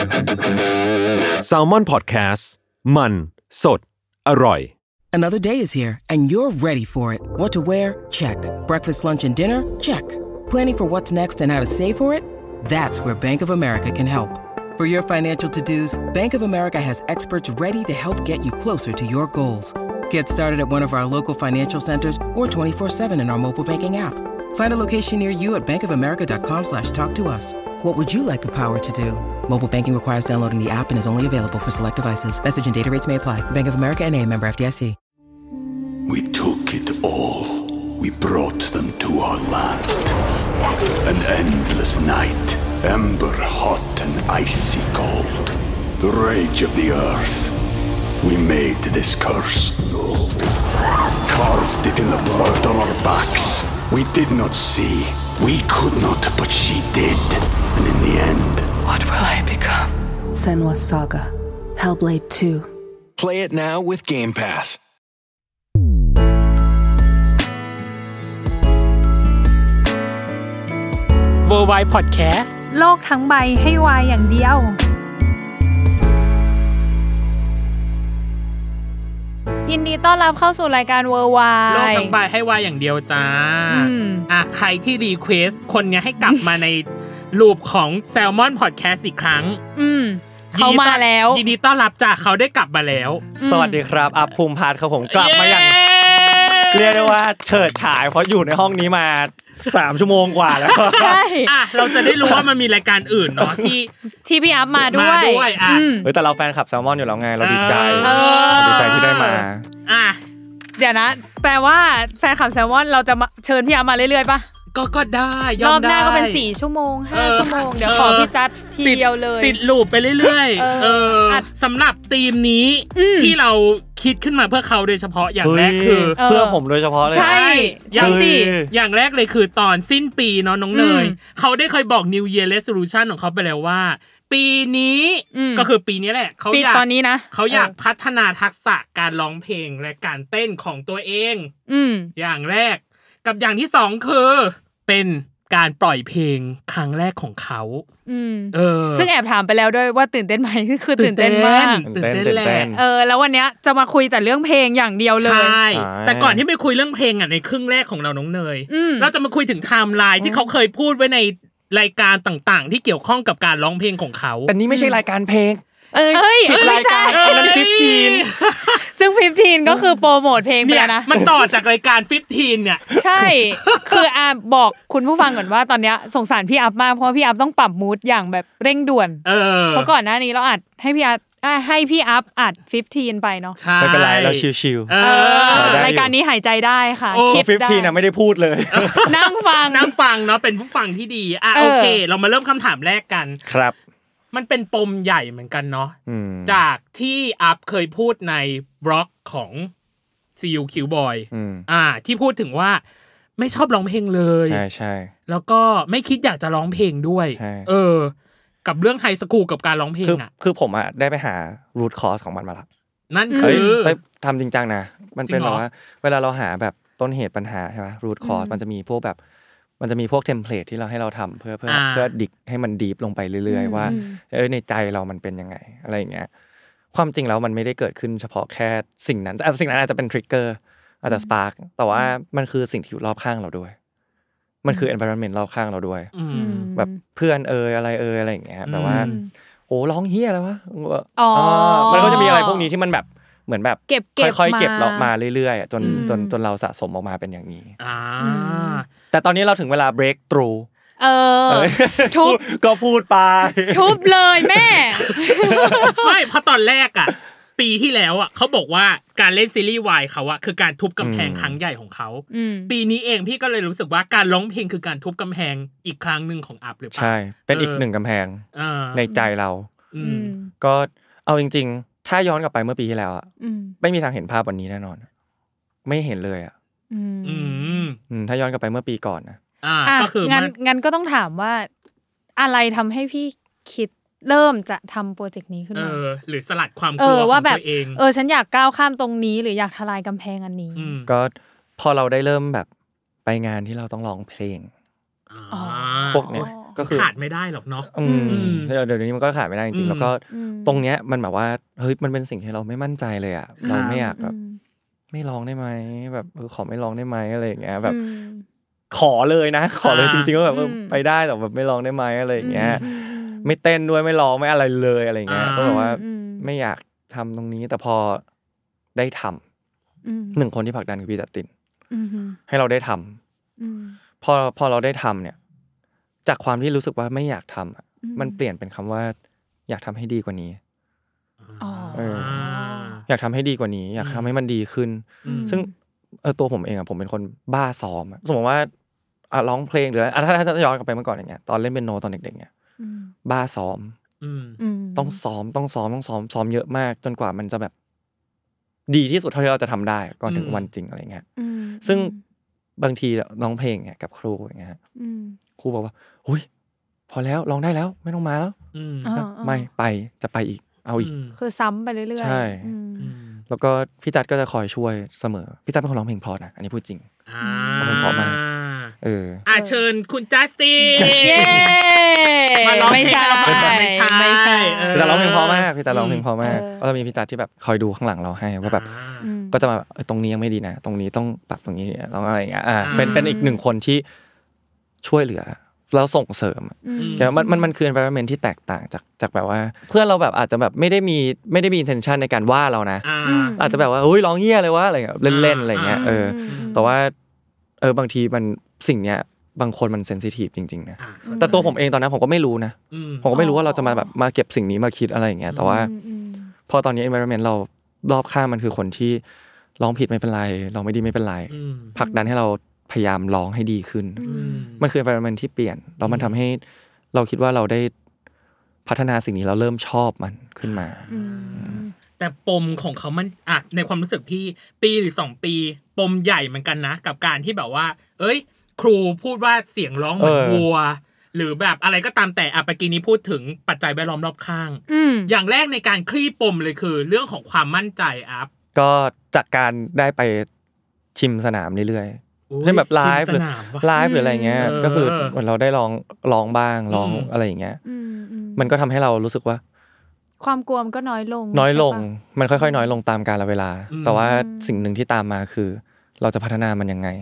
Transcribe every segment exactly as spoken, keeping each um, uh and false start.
Salmon Podcast มันสดอร่อย Another day is here and you're ready for it. What to wear? Check. Breakfast, lunch and dinner? Check. Planning for what's next and how to save for it? That's where Bank of America can help. For your financial to-dos, Bank of America has experts ready to help get you closer to your goals. Get started at one of our local financial centers or twenty-four seven in our mobile banking app. Find a location near you at bankofamerica.com slash talk to us. What would you like the power to do? Mobile banking requires downloading the app and is only available for select devices. Message and data rates may apply. Bank of America N A, member F D I C. We took it all. We brought them to our land. An endless night, ember hot and icy cold. The rage of the earth. We made this curse. Carved it in the blood on our backs. We did not see. We could not, but she did. And in the end... What will I become? Senua's Saga. Hellblade two. Play it now with Game Pass. Worldwide Podcast โลกทั้งใบให้วายอย่างเดียวยินดีต้อนรับเข้าสู่รายการ Worldwide โลกทั้งใบให้วายอย่างเดียวจ้าอ่ะใครที่รีเควสคนเนี้ยให้กลับมาในลูปของ Salmon Podcast อีกครั้งอืมเขามาแล้วยินดีต้อนรับจ้าเขาได้กลับมาแล้วสวัสดีครับอัพภูมิพัฒน์ครับผมกลับมาอย่างเรียกได้ว่าเฉิดฉายเพราะอยู่ในห้องนี้มาสามชั่วโมงกว่าแล้วใช่อ่ะเราจะได้รู้ว่ามันมีรายการอื่นเนาะที่ที่พี่อัพมาด้วยมาด้วยอ่ะเฮ้ยแต่เราแฟนคลับแซลมอนอยู่แล้วไงเราดีใจเราดีใจที่ได้มาอ่ะเดี๋ยวนะแปลว่าแฟนคลับแซลมอนเราจะเชิญพี่อัพมาเรื่อยๆป่ะก็ก็ได้ยอมได้รอบหน้าก็เป็นสี่ชั่วโมงห้าชั่วโมงเดี๋ยวขอพี่จัดทีเดียวเลยติดลูปไปเรื่อยๆเออสำหรับธีมนี้ที่เราคิดขึ้นมาเพื่อเขาโดยเฉพาะอย่างแรกคือเพื่อผมโดยเฉพาะเลยใช่อย่างสิอย่างแรกเลยคือตอนสิ้นปีเนาะน้องเนยเขาได้เคยบอก New Year Resolution ของเขาไปแล้วว่าปีนี้ก็คือปีนี้แหละเขาอยากตอนนี้นะเขาอยากพัฒนาทักษะการร้องเพลงและการเต้นของตัวเองอย่างแรกกับอย่างที่สองคือเป็นการปล่อยเพลงครั้งแรกของเขาเออซึ่งแอบถามไปแล้วด้วยว่าตื่นเต้นไหมคือตื่นเต้นมากตื่นเต้นแหละเออแล้ววันเนี้ยจะมาคุยแต่เรื่องเพลงอย่างเดียวเลยใช่แต่ก่อนที่ไปคุยเรื่องเพลงอ่ะในครึ่งแรกของเราน้องเนยเราจะมาคุยถึงไทม์ไลน์ที่เขาเคยพูดไว้ในรายการต่างๆที่เกี่ยวข้องกับการร้องเพลงของเขาแต่นี่ไม่ใช่รายการเพลงเอ้ยรายการอันนั้นสิบห้าซึ่งสิบห้าก็คือโปรโมทเพลงไปแล้วนะมันต่อจากรายการสิบห้าเนี่ยใช่คืออ่ะบอกคุณผู้ฟังก่อนว่าตอนเนี้ยสงสารพี่อัพมากเพราะพี่อัพต้องปรับมูดอย่างแบบเร่งด่วนเออเพราะก่อนหน้านี้เราอัดให้พี่อัพให้พี่อัพอัดสิบห้าไปเนาะไม่เป็นไรเราชิลๆรายการนี้หายใจได้ค่ะคิดได้สิบห้าน่ะไม่ได้พูดเลยนั่งฟังนั่งฟังเนาะเป็นผู้ฟังที่ดีอ่ะโอเคเรามาเริ่มคำถามแรกกันครับมันเป็นปมใหญ่เหมือนกันเนาะจากที่อัพเคยพูดในบล็อกของ ซี ยู คิว Boy อ่าที่พูดถึงว่าไม่ชอบร้องเพลงเลยใช่ๆแล้วก็ไม่คิดอยากจะร้องเพลงด้วยเออกับเรื่องไฮสคูลกับการร้องเพลงอ่ะคือผมอ่ะได้ไปหา root cause ของมันมาละนั่นคือไปทำจริงจังนะมันเป็นแบบว่าเวลาเราหาแบบต้นเหตุปัญหาใช่ป่ะ root cause มันจะมีพวกแบบมันจะมีพวกเทมเพลตที่เราให้เราทำเพื่อเพื่อเพื่อดิกให้มันดีฟลงไปเรื่อยๆว่าเออในใจเรามันเป็นยังไงอะไรอย่างเงี้ยความจริงแล้วมันไม่ได้เกิดขึ้นเฉพาะแค่สิ่งนั้นแต่สิ่งนั้นอาจจะเป็นทริกเกอร์อาจจะสปาร์คแต่ว่ามันคือสิ่งที่อยู่รอบข้างเราด้วยมันคือ environment รอบข้างเราด้วยแบบเพื่อนเอ่ยอะไรเอ่ยอะไรอย่างเงี้ยแบบว่าโอ้ร้องเหี้ยแล้ววะอ๋อมันก็จะมีอะไรพวกนี้ที่มันแบบเหมือนแบบค่อยๆเก็บเรามาเรื่อยๆจนจนจนเราสะสมออกมาเป็นอย่างนี้แต่ตอนนี้เราถึงเวลา break through เออทุบก็พูดไปทุบเลยแม่ไม่เพราะตอนแรกอ่ะปีที่แล้วอ่ะเขาบอกว่าการเล่นซีรีส์วายเขาอ่ะคือการทุบกำแพงครั้งใหญ่ของเขาปีนี้เองพี่ก็เลยรู้สึกว่าการร้องเพลงคือการทุบกำแพงอีกครั้งนึงของอัพหรือเปล่าใช่เป็นอีกหนึ่งกำแพงในใจเราก็เอาจริงๆถ้าย้อนกลับไปเมื่อปีที่แล้วอ่ะไม่มีทางเห็นภาพวันนี้แน่นอนไม่เห็นเลยอ่ะถ้าย้อนกลับไปเมื่อปีก่อนนะอ่าก็คืองั้นงั้นก็ต้องถามว่าอะไรทำให้พี่คิดเริ่มจะทำโปรเจกต์นี้ขึ้นมาเออหรือสลัดความกลัวของตัวเองเออฉันอยากก้าวข้ามตรงนี้หรืออยากทลายกำแพงอันนี้ก็พอเราได้เริ่มแบบไปงานที่เราต้องร้องเพลงพวกเนี้ยก็คือขาดไม่ได้หรอกเนาะอืมเดี๋ยวนี้มันก็ขาดไม่ได้จริงๆแล้วก็ตรงเนี้ยมันแบบว่าเฮ้ยมันเป็นสิ่งที่เราไม่มั่นใจเลยอ่ะเราไม่อยากแบบไม่ลองได้ไหมแบบเออขอไม่ลองได้ไหมอะไรอย่างเงี้ยแบบขอเลยนะขอเลยจริงๆก็แบบไปได้แต่แบบไม่ลองได้ไหมอะไรอย่างเงี้ยไม่เต้นด้วยไม่ร้องไม่อะไรเลยอะไรอย่างเงี้ยก็แบบว่าไม่อยากทำตรงนี้แต่พอได้ทำหนึ่งคนที่ผลักดันคือพี่จัสตินให้เราได้ทำพอพอเราได้ทำเนี่ยจากความที่รู้สึกว่าไม่อยากทำมันเปลี่ยนเป็นคำว่าอยากทำให้ดีกว่านี้เอออยากทำให้ดีกว่านี้อยากทำให้มันดีขึ้นซึ่งเออตัวผมเองอะผมเป็นคนบ้าซ้อมสมมติว่าอ่ะร้องเพลงหรือถ้าถ้าย้อนกลับไปเมื่อก่อนอย่างเงี้ยตอนเล่นเปียโนตอนเด็กๆเนี่ยบ้าซ้อมต้องซ้อมต้องซ้อมต้องซ้อมซ้อมเยอะมากจนกว่ามันจะแบบดีที่สุดเท่าที่เราจะทำได้ก่อนถึงวันจริงอะไรเงี้ยซึ่งบางทีร้องเพลงเนี่ยกับครูอย่างเงี้ยครูบอกว่าหุ้ยพอแล้วร้องได้แล้วไม่ต้องมาแล้วไม่ไปจะไปอีกเอาอีกคือซ้ำไปเรื่อยๆใช่แล้วก็พี่จัดก็จะคอยช่วยเสมอพี่จัดเป็นคนร้องเพลงเพราะนะอันนี้พูดจริงร้องเพลงเพราะมากเอออ่ะเชิญคุณจัสตินมาร้องเพลงให้เราฟังไม่ใช่ไม่ใช่พี่จัดร้องเพลงเพราะมากพี่จัดร้องเพลงเพราะมากก็จะมีพี่จัดที่แบบคอยดูข้างหลังเราให้ว่าแบบก็จะมาตรงนี้ยังไม่ดีนะตรงนี้ต้องปรับตรงนี้ต้องอะไรอย่างเงี้ยอ่าเป็นเป็นอีกหนึ่งคนที่ช่วยเหลือแล้วส่งเสริมแต่มันมันมันคือ environment ที่แตกต่างจากจากแบบว่าเพื่อนเราแบบอาจจะแบบไม่ได้มีไม่ได้มี intention ในการว่าเรานะอาจจะแบบว่าเฮ้ยร้องเหี้ยเลยวะอะไรเงี้ยเล่นๆอะไรเงี้ยเออแต่ว่าเออบางทีมันสิ่งเนี้ยบางคนมันเซนซิทีฟจริงๆนะแต่ตัวผมเองตอนนั้นผมก็ไม่รู้นะผมก็ไม่รู้ว่าเราจะมาแบบมาเก็บสิ่งนี้มาคิดอะไรอย่างเงี้ยแต่ว่าพอตอนนี้ environment เรารอบข้างมันคือคนที่ร้องผิดไม่เป็นไรร้องไม่ดีไม่เป็นไรผลักดันให้เราพยายามร้องให้ดีขึ้นมันคือ environment ที่เปลี่ยนแล้วมันทำให้เราคิดว่าเราได้พัฒนาสิ่งนี้เราเริ่มชอบมันขึ้นมาแต่ปมของเขามันอ่ะในความรู้สึกพี่ปีหรือสองปีปมใหญ่เหมือนกันนะกับการที่แบบว่าเอ้ยครูพูดว่าเสียงร้องเหมือนวัวหรือแบบอะไรก็ตามแต่อ่ะเมื่อกี้นี้พูดถึงปัจจัยแวดล้อมรอบข้างอย่างแรกในการคลี่ปมเลยคือเรื่องของความมั่นใจอัพก็จากการได้ไปชิมสนามเรื่อยเช่นแบบไลฟ์หรือไลฟ์หรืออะไรเงี้ยก็คือเหมือนเราได้ร้องร้องบ้างร้องอะไรอย่างเงี้ยมันก็ทำให้เรารู้สึกว่าความกลัวมันก็น้อยลงน้อยลงมันค่อยๆน้อยลงตามกาลเวลาแต่ว่าสิ่งหนึ่งที่ตามมาคือเราจะพัฒนามันยังไง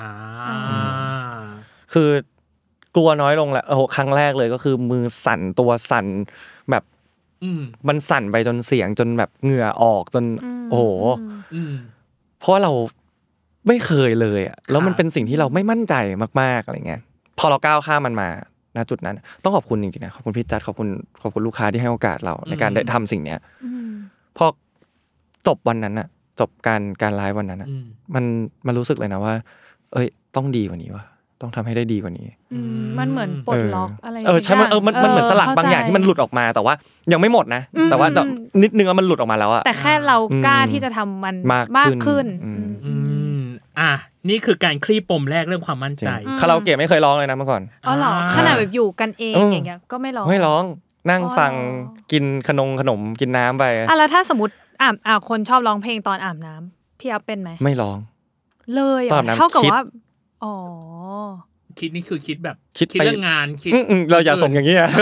คือกลัวน้อยลงแหละโอ้โหครั้งแรกเลยก็คือมือสั่นตัวสั่นแบบมันสั่นไปจนเสียงจนแบบเหงื่อออกจนโอ้โหเพราะเราไม่เคยเลยอ่ะแล้วมันเป็นสิ่งที่เราไม่มั่นใจมากๆอะไรเงี้ยพอเราก้าวข้ามมันมาณจุดนั้นต้องขอบคุณจริงๆนะขอบคุณพี่จัดขอบคุณขอบคุณลูกค้าที่ให้โอกาสเราในการได้ทำสิ่งเนี้ยพอจบวันนั้นอ่ะจบการการไลฟ์วันนั้นอ่ะมันมันรู้สึกเลยนะว่าเอ้ยต้องดีกว่านี้ว่ะต้องทำให้ได้ดีกว่านี้มันเหมือนปลดล็อกอะไรเออใช่มันเออมันมันเหมือนสลักบางอย่างที่มันหลุดออกมาแต่ว่ายังไม่หมดนะแต่ว่านิดนึงมันหลุดออกมาแล้วอะแต่แค่เรากล้าที่จะทำมันมากขึ้นอ่ะนี่คือการคลี่ปมแรกเรื่องความมั่นใจคาราโอเกะไม่เคยร้องเลยนะเมื่อก่อนอ๋อเหรอขนาดแบบอยู่กันเองอย่างเงี้ยก็ไม่ร้องไม่ร้องนั่งฟังกินขนมขนมกินน้ำไปอ่ะแล้วถ้าสมมติอ่าอ่าคนชอบร้องเพลงตอนอาบน้ำพี่อัพเป็นไหมไม่ร้องเลยเท่ากับว่าอ๋อคิดนี่คือคิดแบบคิดเรื่องงานคิดเราอย่าส่งอย่างนี้อ่ะ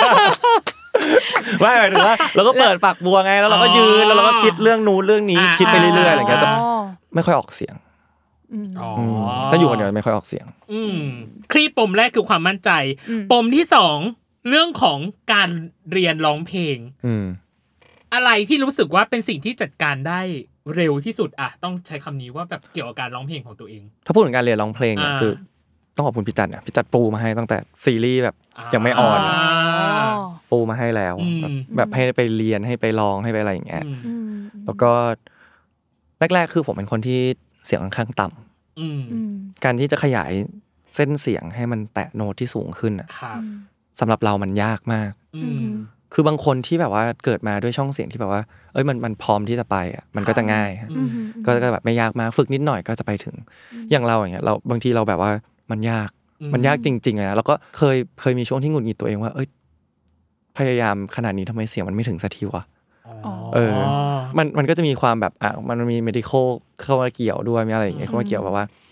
ไม่หมายถึงว่าเราก็เปิดฝักบัวไงแล้วเราก็ยืนแล้วเราก็คิดเรื่องนู้นเรื่องนี้คิดไปเรื่อยๆอะไรอย่างเงี้ยแต่ไม่ค่อยออกเสียงถ้าอยู่คนเดียวไม่ค่อยออกเสียงคลี่ปมแรกคือความมั่นใจปมที่สองเรื่องของการเรียนร้องเพลงอะไรที่รู้สึกว่าเป็นสิ่งที่จัดการได้เร็วที่สุดอ่ะต้องใช้คำนี้ว่าแบบเกี่ยวกับการร้องเพลงของตัวเองถ้าพูดถึงการเรียนร้องเพลงเนี่ยคือต้องขอบคุณพี่จัดเนี่ยพี่จัดปูมาให้ตั้งแต่ซีรีส์แบบยังไม่ออนปูมาให้แล้วแบบให้ไปเรียนให้ไปร้องให้ไปอะไรอย่างเงี้ยแล้วก็แรกๆคือผมเป็นคนที่เสียงค่อนข้างต่ำการที่จะขยายเส้นเสียงให้มันแตะโน้ตที่สูงขึ้นอ่ะสำหรับเรามันยากมากคือบางคนที่แบบว่าเกิดมาด้วยช่องเสียงที่แบบว่าเอ้ยมันมันพร้อมที่จะไปอ่ะมันก็จะง่ายก็จะแบบไม่ยากมากฝึกนิดหน่อยก็จะไปถึงอย่างเราอย่างเงี้ยเราบางทีเราแบบว่ามันยากมันยากจริงๆเลยนะแล้วก็เคยเคยมีช่วงที่หงุดหงิดตัวเองว่าเอ้ยพยายามขนาดนี้ทำไมเสียงมันไม่ถึงสักทีวะเออมันมันก็จะมีความแบบอ่ะมันมี medical เข้ามาเกี่ยวด้วยมีอะไรอย่างเงี้ยเข้ามาเกี่ยวแบบว่า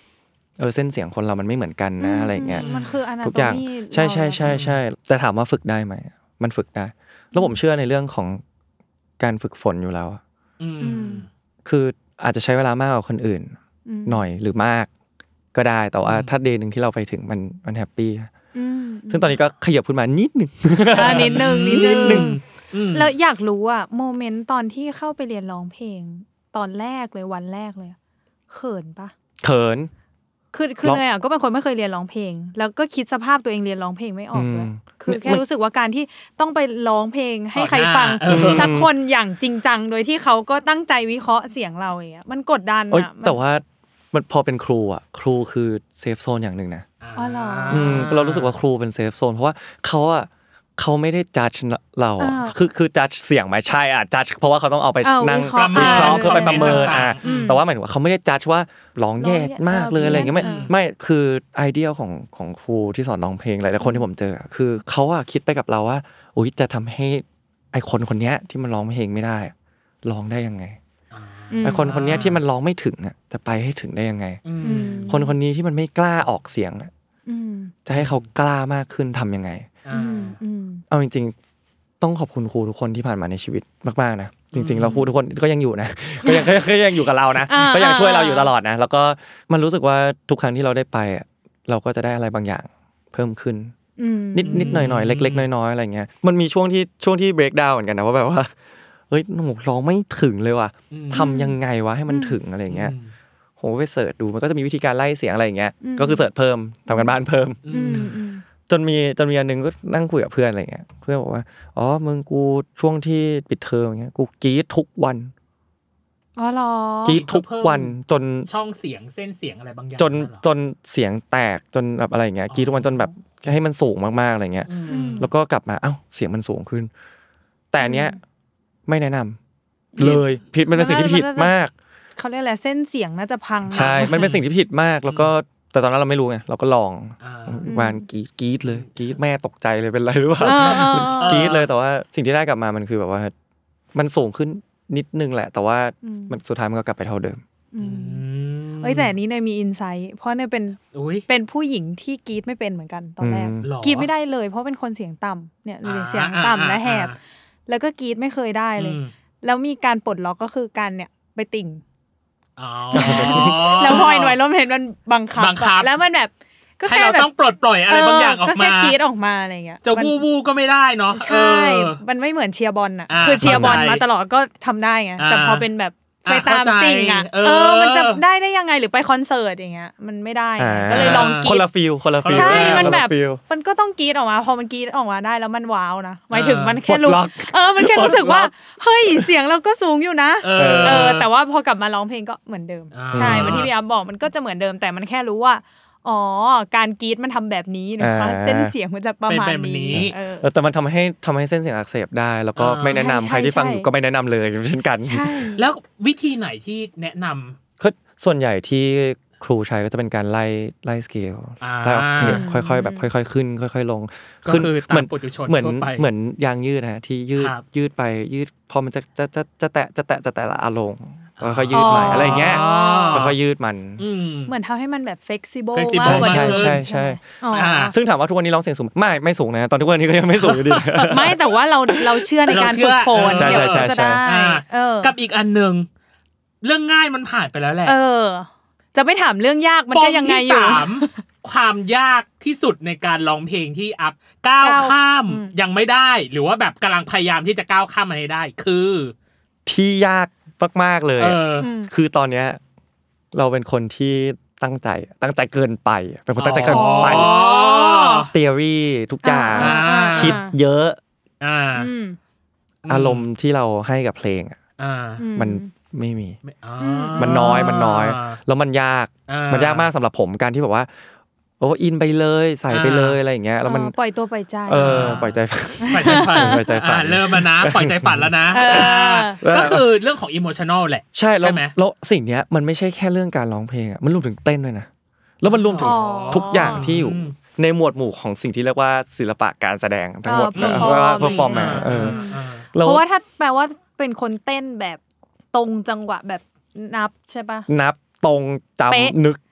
เออเส้นเสียงคนเรามันไม่เหมือนกันนะอะไรเงี้ยมันคืออนาโตมีทุกอย่างใช่ใช่ใช่ใช่แต่ถามว่าฝึกได้ไหมมันฝึกได้แล้วผมเชื่อในเรื่องของการฝึกฝนอยู่แล้วคืออาจจะใช้เวลามากกว่าคนอื่นหน่อยหรือมากก็ได้แต่ว่าถ้าเดย์นึงที่เราไปถึงมันมันแฮปปี้ซึ่งตอนนี้ก็ขยับขึ้นมานิดนึงนิดนึงนิดนึงแล้วอยากรู้อ่ะโมเมนต์ตอนที่เข้าไปเรียนร้องเพลงตอนแรกเลยวันแรกเลยเขินปะเขินคือคือเนยอ่ะก็เป็นคนไม่เคยเรียนร้องเพลงแล้วก็คิดสภาพตัวเองเรียนร้องเพลงไม่ออกเลยคือแค่รู้สึกว่าการที่ต้องไปร้องเพลงให้ใครฟังสักคนอย่างจริงจังโดยที่เขาก็ตั้งใจวิเคราะห์เสียงเราอย่างเงี้ยมันกดดันอ่ะแต่ว่ามันพอเป็นครูอ่ะครูคือเซฟโซนอย่างนึงนะอ๋อเหรออืมเรารู้สึกว่าครูเป็นเซฟโซนเพราะว่าเขาอ่ะเขาไม่ได้จัดเราอ่ะคือคือจัดเสียงไหมใช่อ่ะจัดเพราะว่าเขาต้องเอาไปนั่งวิเคราะห์เพื่อไปประเมินอ่ะแต่ว่าหมายถึงว่าเขาไม่ได้จัดว่าร้องแย่มากเลยอะไรอย่างเงี้ยไม่ไม่คือไอเดียของของครูที่สอนร้องเพลงหลายๆคนที่ผมเจอคือเขาอ่ะคิดไปกับเราว่าอุ๊ยจะทำให้ไอคนคนนี้ที่มันร้องเพลงไม่ได้ร้องได้ยังไงไอคนคนนี้ที่มันร้องไม่ถึงอ่ะจะไปให้ถึงได้ยังไงคนคนนี้ที่มันไม่กล้าออกเสียงอ่ะจะให้เขากล้ามากขึ้นทำยังไงเอาจริงๆต้องขอบคุณครูทุกคนที่ผ่านมาในชีวิตมากๆนะจริงๆเราครูทุกคนก็ยังอยู่นะก็ยังก็ยังอยู่กับเรานะก็ยังช่วยเราอยู่ตลอดนะแล้วก็มันรู้สึกว่าทุกครั้งที่เราได้ไปอ่ะเราก็จะได้อะไรบางอย่างเพิ่มขึ้นนิดนิดหน่อยหน่อยเล็กๆน้อยๆอะไรเงี้ยมันมีช่วงที่ช่วงที่เบรกดาวน์เหมือนกันนะว่าแบบว่าเฮ้ยหนูร้องไม่ถึงเลยว่ะทำยังไงวะให้มันถึงอะไรเงี้ยโหไปเสิร์ชดูมันก็จะมีวิธีการไล่เสียงอะไรอย่างเงี้ยก็คือเสิร์ชเพิ่มทำกันบ้านเพิ่มจนมีจนมีอันนึงก็นั่งคุยกับเพื่อนอะไรเงี้ยเพื่อนบอกว่าอ๋อมึงกูช่วงที่ปิดเทอมอย่างเงี้ยกูกรี๊ดทุกวันอ๋อเหรอกรี๊ดทุกวันจนช่องเสียงเส้นเสียงอะไรบางอย่างจนจนเสียงแตกจนแบบอะไรอย่างเงี้ยกรี๊ดทุกวันจนแบบให้มันสูงมากๆอะไรเงี้ยแล้วก็กลับมาเอ้าเสียงมันสูงขึ้นแต่อันเนี้ยไม่แนะนำเลยผิดมันเป็นสิ่งที่ผิดมากเขาเรียกอะไรเส้นเสียงน่าจะพังใช่มันเป็นสิ่งที่ผิดมากแล้วก็แต่ตอนนั้นเราไม่รู้ไงเราก็ลองวานกรี๊ดกรี๊ดเลยกรี๊ดแม่ตกใจเลยเป็นไรหรือเปล่ากรี๊ดเลยแต่ว่าสิ่งที่ได้กลับมามันคือแบบว่ามันสูงขึ้นนิดนึงแหละแต่ว่ามันสุดท้ายมันก็กลับไปเท่าเดิมเอ้ยแต่อันนี้เนี่ยมีอินไซต์เพราะเนี่ยเป็นเป็นผู้หญิงที่กรี๊ดไม่เป็นเหมือนกันตอนแรกกรี๊ดไม่ได้เลยเพราะเป็นคนเสียงต่ำเนี่ยเสียงต่ำและแหบแล้วก็กรี๊ดไม่เคยได้เลยแล้วมีการปลดล็อกก็คือการเนี่ยไปติ่งแล้วพอหน่วยลมเห็นมันบังคับแล้วมันแบบก็แค่เราต้องปลดปล่อยอะไรบางอย่างออกมาก็แค่กรี๊ดออกมาอะไรเงี้ยจะวู้วู้ก็ไม่ได้เนาะใช่มันไม่เหมือนเชียร์บอลอ่ะคือเชียร์บอลมาตลอดก็ทำได้ไงแต่พอเป็นแบบไปตามติ่งอ่ะเออมันจะได้ได้ยังไงหรือไปคอนเสิร์ตอย่างเงี้ยมันไม่ได้ก็เลยลองกรี๊ดคนละฟีลคนละฟีลใช่มันแบบมันก็ต้องกรี๊ดออกมาพอมันกรี๊ดออกมาได้แล้วมันว้าวนะหมายถึงมันแค่รู้เออมันแค่รู้สึกว่าเฮ้ยเสียงเราก็สูงอยู่นะเออแต่ว่าพอกลับมาร้องเพลงก็เหมือนเดิมใช่เหมือนที่พี่อัพบอกมันก็จะเหมือนเดิมแต่มันแค่รู้ว่าอ๋อการกรี๊ดมันทำแบบนี้นะคะเส้นเสียงมันจะประมาณนี้เออแต่มันทำให้ทำให้เส้นเสียงอักเสบได้แล้วก็ไม่แนะนำใครที่ฟังอยู่ก็ไม่แนะนำเลยเช่นกันแล้ววิธีไหนที่แนะนำคือส่วนใหญ่ที่ครูใช้ก็จะเป็นการไล่ไล่สเกลไล่ออกเทปค่อยๆแบบค่อยๆขึ้นค่อยๆลงขึ้นเหมือนเหมือนเหมือนยางยืดนะที่ยืดยืดไปยืดพอมันจะจะจะจะแตะจะแตะจะแตะละอารมณ์แล้วค่อยยืดใหม่อะไรอย่างเงี้ยแล้วค่อยยืดมันเหมือนทำให้มันแบบ flexible มากกว่าเดิมใช่ใช่ซึ่งถามว่าทุกวันนี้ร้องเสียงสูงไม่ไม่สูงนะตอนทุกวันนี้ก็ยังไม่สูงอยู่ดีไม่แต่ว่าเราเราเชื่อในการฝึกฝนเดี๋ยวจะได้กับอีกอันนึงเรื่องง่ายมันผ่านไปแล้วแหละเออจะไม่ถามเรื่องยากมันก็ยังไงอยู่ความยากที่สุดในการร้องเพลงที่อัพก้าวข้ามยังไม่ได้หรือว่าแบบกำลังพยายามที่จะก้าวข้ามมันให้ได้คือที่ยากมากๆเลยคือตอนเนี้ยเราเป็นคนที่ตั้งใจตั้งใจเกินไปเป็นคนตั้งใจเกินไป theory ทุกอย่างคิดเยอะอารมณ์ที่เราให้กับเพลงอ่ะมันไม่มีมันน้อยมันน้อยแล้วมันยากมันยากมากสำหรับผมการที่แบบว่าโอ้อินไปเลยใส่ไปเลยอะไรอย่างเงี้ยแล้วมันปล่อยตัวปล่อยใจเออปล่อยใจฝันปล่อยใจฝันปล่อยใจฝันเริ่มมานะปล่อยใจฝันแล้วนะก็คือเรื่องของอิโมชันนอลแหละใช่แล้วแล้วสิ่งเนี้ยมันไม่ใช่แค่เรื่องการร้องเพลงอ่ะมันรวมถึงเต้นด้วยนะแล้วมันรวมถึงทุกอย่างที่อยู่ในหมวดหมู่ของสิ่งที่เรียกว่าศิลปะการแสดงทั้งหมดว่าเพอร์ฟอร์แมนซ์เออเพราะว่าถ้าแปลว่าเป็นคนเต้นแบบตรงจังหวะแบบนับใช่ป่ะนับตรงจำนึกท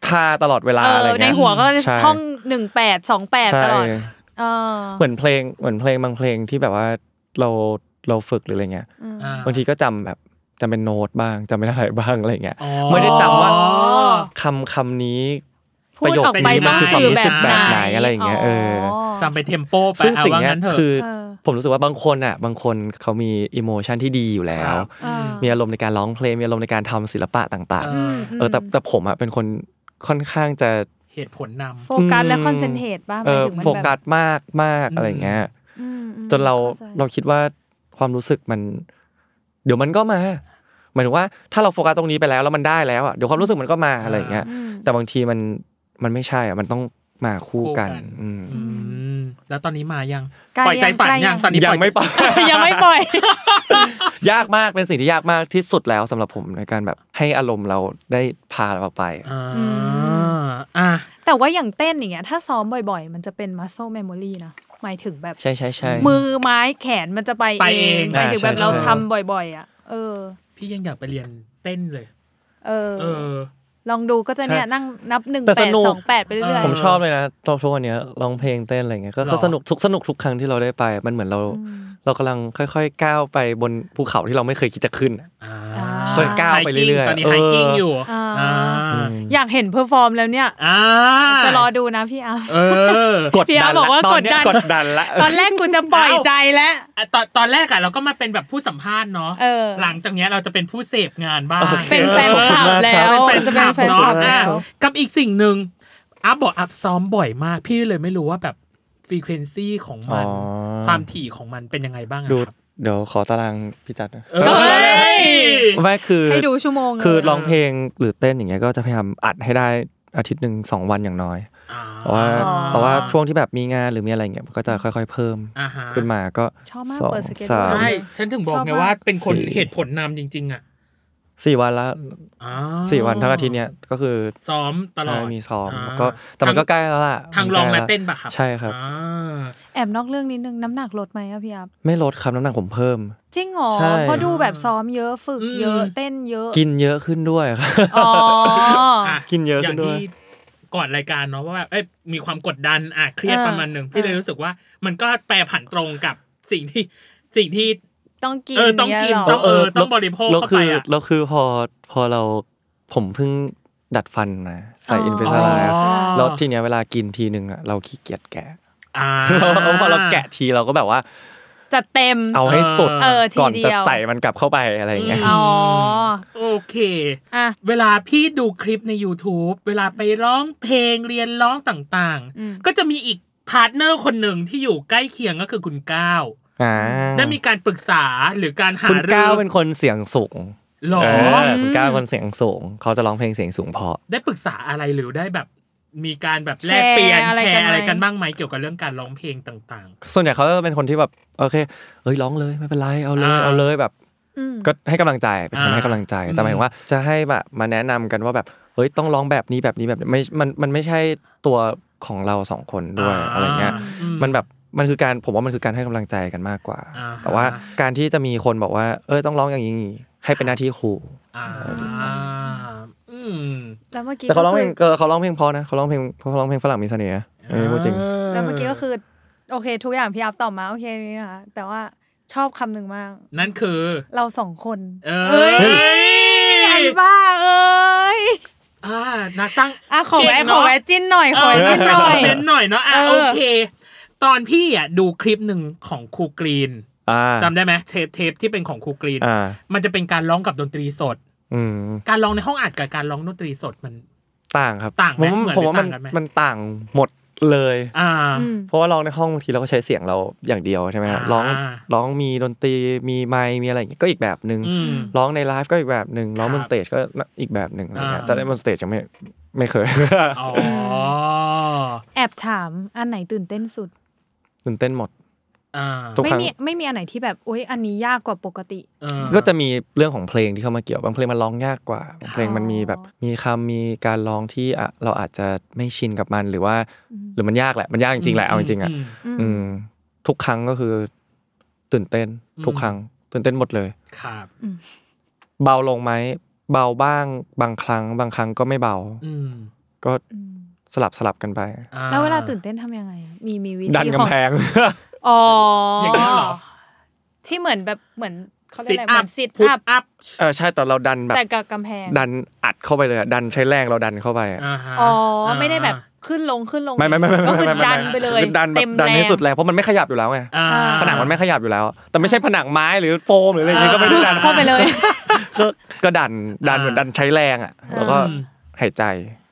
พาตลอดเวลาอะไรเงี้ยในหัวก็ท่องหนึ่งแปด สองแปดตลอดเออเหมือนเพลงเหมือนเพลงบางเพลงที่แบบว่าเราเราฝึกหรืออะไรเงี้ยบางทีก็จำแบบจำเป็นโน้ตบ้างจำเป็นอะไรบ้างอะไรเงี้ยไม่ได้จำว่าคำคำนี้ประโยคนี้มันคือความรู้สึกแบบไหนอะไรอย่างเงี้ยเออจำไปเทมโปไปซึ่งสิ่งนี้คือผมรู้สึกว่าบางคนอ่ะบางคนเขามีอิโมชันที่ดีอยู่แล้วมีอารมณ์ในการร้องเพลงมีอารมณ์ในการทำศิลปะต่างๆเออแต่แต่ผมอ่ะเป็นคนค่อนข้างจะเหตุผลนำโฟกัสและคอนเซนเทรตป่ะหมายถึงมันแบบโฟกัสมากมากอะไรเงี้ยจนเราเราคิดว่าความรู้สึกมันเดี๋ยวมันก็มาหมายถึงว่าถ้าเราโฟกัสตรงนี้ไปแล้วแล้วมันได้แล้วอ่ะเดี๋ยวความรู้สึกมันก็มาอะไรเงี้ยแต่บางทีมันมันไม่ใช่อ่ะมันต้องมาคู่กันอืมแล้วตอนนี้มายังปล่อยใจฝันยังตอนนี้ยังไม่ปล่อยยังไม่ปล่อยยากมากเป็นสิ่งที่ยากมากที่สุดแล้วสำหรับผมในการแบบให้อารมณ์เราได้พาเราไปอ่าแต่ว่าอย่างเต้นอย่างเงี้ยถ้าซ้อมบ่อยๆมันจะเป็น muscle memory นะหมายถึงแบบใช่ๆๆมือไม้แขนมันจะไปเองหมายถึงแบบเราทำบ่อยๆอ่ะเออพี่ยังอยากไปเรียนเต้นเลยเออเออลองดูก็จะเนี่ยนั่งนับหนึ่งแปดสองแปดไปเรื่อยๆผมชอบเลยนะตอนทุกวันนี้ร้องเพลงเต้นอะไรเงี้ยก็สนุกทุกสนุกทุกครั้งที่เราได้ไปมันเหมือนเราเรากำลังค่อยๆก้าวไปบนภูเขาที่เราไม่เคยคิดจะขึ้นค่อยก้าวไปเรื่อยๆตอนนี้ไฮกิ้งอยู่อยากเห็นเพอร์ฟอร์มแล้วเนี่ยจะรอดูนะพี่อาร์กดดันบอกว่ากดดันกดดันละตอนแรกกูจะปล่อยใจแล้วตอนตอนแรกอะเราก็มาเป็นแบบผู้สัมภาษณ์เนาะหลังจากนี้เราจะเป็นผู้เสพงานบ้างเป็นแฟนคลับแล้วจะเป็นแฟนคลับเนาะกับอีกสิ่งหนึ่งอัพบอกอัพซ้อมบ่อยมากพี่เลยไม่รู้ว่าแบบฟรีเควนซีของมันความถี่ของมันเป็นยังไงบ้างครับเดี๋ยวขอตารางพี่จัดนะไม่คือให้ดูชั่วโมงคือร้องเพลงหรือเต้นอย่างเงี้ยก็จะพยายามอัดให้ได้อาทิตย์นึงสองวันอย่างน้อยเพราะว่าแต่ว่าช่วงที่แบบมีงานหรือมีอะไรเงี้ยก็จะค่อยๆเพิ่มขึ้นมาก็ชอบมากเปิดสเก็ตใช่ฉันถึงบอกไงว่าเป็นคนเหตุผลนำจริงๆอ่ะสี่วันละสี่วันทั้งอาทิตย์เนี้ยก็คือซ้อมตลอดมีซ้อมก็แต่มันก็ใกล้แล้วล่ะทางร้องและเต้นป่ะครับใช่ครับแอบนอกเรื่องนิดนึงน้ำหนักลดไหมอะพี่อัพไม่ลดครับน้ำหนักผมเพิ่มจริงเหรอเพราะดูแบบซ้อมเยอะฝึกเยอะเต้นเยอะกินเยอะขึ้นด้วยครับอ๋อกินเยอะขึ้นด้วยก่อนรายการเนาะว่าแบบเอ้ยมีความกดดันอ่ะเครียดประมาณนึงพี่เลยรู้สึกว่ามันก็แปรผันตรงกับสิ่งที่สิ่งที่ต้องกินเออต้องกินต้องเออต้องบริโภคเข้าไปอ่ะแล้วคือพอพอเราผมเพิ่งดัดฟันมาใส่อินเวสไลน์แล้วทีเนี้ยเวลากินทีนึงอ่ะเราขี้เกียจแกะแล้วพอเราแกะทีเราก็แบบว่าจะเต็มเอาให้สุดก่อนจะใส่มันกลับเข้าไปอะไรอย่างเงี้ยอ๋อโอเคอ่ะเวลาพี่ดูคลิปใน YouTube เวลาไปร้องเพลงเรียนร้องต่างๆก็จะมีอีกพาร์ทเนอร์คนหนึ่งที่อยู่ใกล้เคียงก็คือคุณก้าวได้มีการปรึกษาหรือการหาคุณก้าวเป็นคนเสียงสูงหรอคุณก้าวคนเสียงสูงเขาจะร้องเพลงเสียงสูงพอได้ปรึกษาอะไรหรือได้แบบมีการแบบแลกเปลี่ยนแชร์อะไรกันบ้างไหมเกี่ยวกับเรื่องการร้องเพลงต่างๆส่วนใหญ่เขาจะเป็นคนที่แบบโอเคเอ้ยร้องเลยไม่เป็นไรเอาเลยเอาเลยแบบก็ให้กำลังใจเป็นคนให้กำลังใจแต่หมายถึงว่าจะให้แบบมาแนะนำกันว่าแบบเฮ้ยต้องร้องแบบนี้แบบนี้แบบไม่มันมันไม่ใช่ตัวของเราสองคนด้วยอะไรเงี้ยมันแบบมันคือการผมว่ามันคือการให้กำลังใจกันมากกว่าแต่ว่าการที่จะมีคนบอกว่าเอ้ยต้องร้องอย่างนี้ให้เป็นหน้าที่ครูแล้วเมื่อกี้แต่เขาร้องเพลงเขาร้องเพลงพอนะเขาร้องเพลงเขาร้องเพลงฝรั่งมีเสน่ห์เออจริงแล้วเมื่อกี้ก็คือโอเคทุกอย่างพี่อัพตอบมาโอเคนี่ค่ะแต่ว่าชอบคำหนึ่งมากนั่นคือเราสองคนเอ้ยไอ้บ้าเอ้ยอ่านักสร้างอ่ะขอแวะขอแวะจิ้นหน่อยขอแวะจิ้นหน่อยเน้นหน่อยเนาะอ่ะโอเคตอนพี่อ่ะดูคลิปหนึ่งของครูกรีนจำได้ไหมเทปเทปที่เป็นของครูกรีนมันจะเป็นการร้องกับดนตรีสดการร้องในห้องอัดกับการร้องดนตรีสดมันต่างครับต่างไหมผมว่ามันมันต่างหมดเลยเพราะว่าร้องในห้องบางทีเราก็ใช้เสียงเราอย่างเดียวใช่ไหมร้องร้องมีดนตรีมีไมค์มีอะไรอย่างเงี้ยก็อีกแบบนึงร้องในไลฟ์ก็อีกแบบนึงร้องบนสเตจก็อีกแบบนึงอะไรเงี้ยแต่ในบนสเตจยังไม่ไม่เคยแอบถามอันไหนตื่นเต้นสุดตื่นเต้นหมดไม่มีไม่มีอันไหนที่แบบโอ๊ยอันนี้ยากกว่าปกติก็จะมีเรื่องของเพลงที่เข้ามาเกี่ยวบางเพลงมันร้องยากกว่าบางเพลงมันมีแบบมีคำมีการร้องที่เราอาจจะไม่ชินกับมันหรือว่าหรือมันยากแหละมันยากจริงๆแหละเอาจริงๆอ่ะทุกครั้งก็คือตื่นเต้นทุกครั้งตื่นเต้นหมดเลยครับเบาลงไหมเบาบ้างบางครั้งบางครั้งก็ไม่เบาก็ก็สลับสลับกันไปแล้วเวลาตื่นเต้นทำยังไงมีมีวิธีดันกำแพงอ๋ออย่างนี้เหรอที่เหมือนแบบเหมือนเขาเรียกอะไรเหมือนซิทอัพเออใช่แต่เราดันแบบแต่กับกำแพงดันอัดเข้าไปเลยดันใช้แรงเราดันเข้าไปอ๋อไม่ได้แบบขึ้นลงขึ้นลงไม่ไม่ไม่ก็คือดันไปเลยดันแบบดันให้สุดแรงเพราะมันไม่ขยับอยู่แล้วไงผนังมันไม่ขยับอยู่แล้วแต่ไม่ใช่ผนังไม้หรือโฟมหรืออะไรอย่างงี้ก็ไม่ได้ดันเข้าไปเลยก็ก็ดันดันเหมือนดันใช้แรงอ่ะแล้วก็หายใจ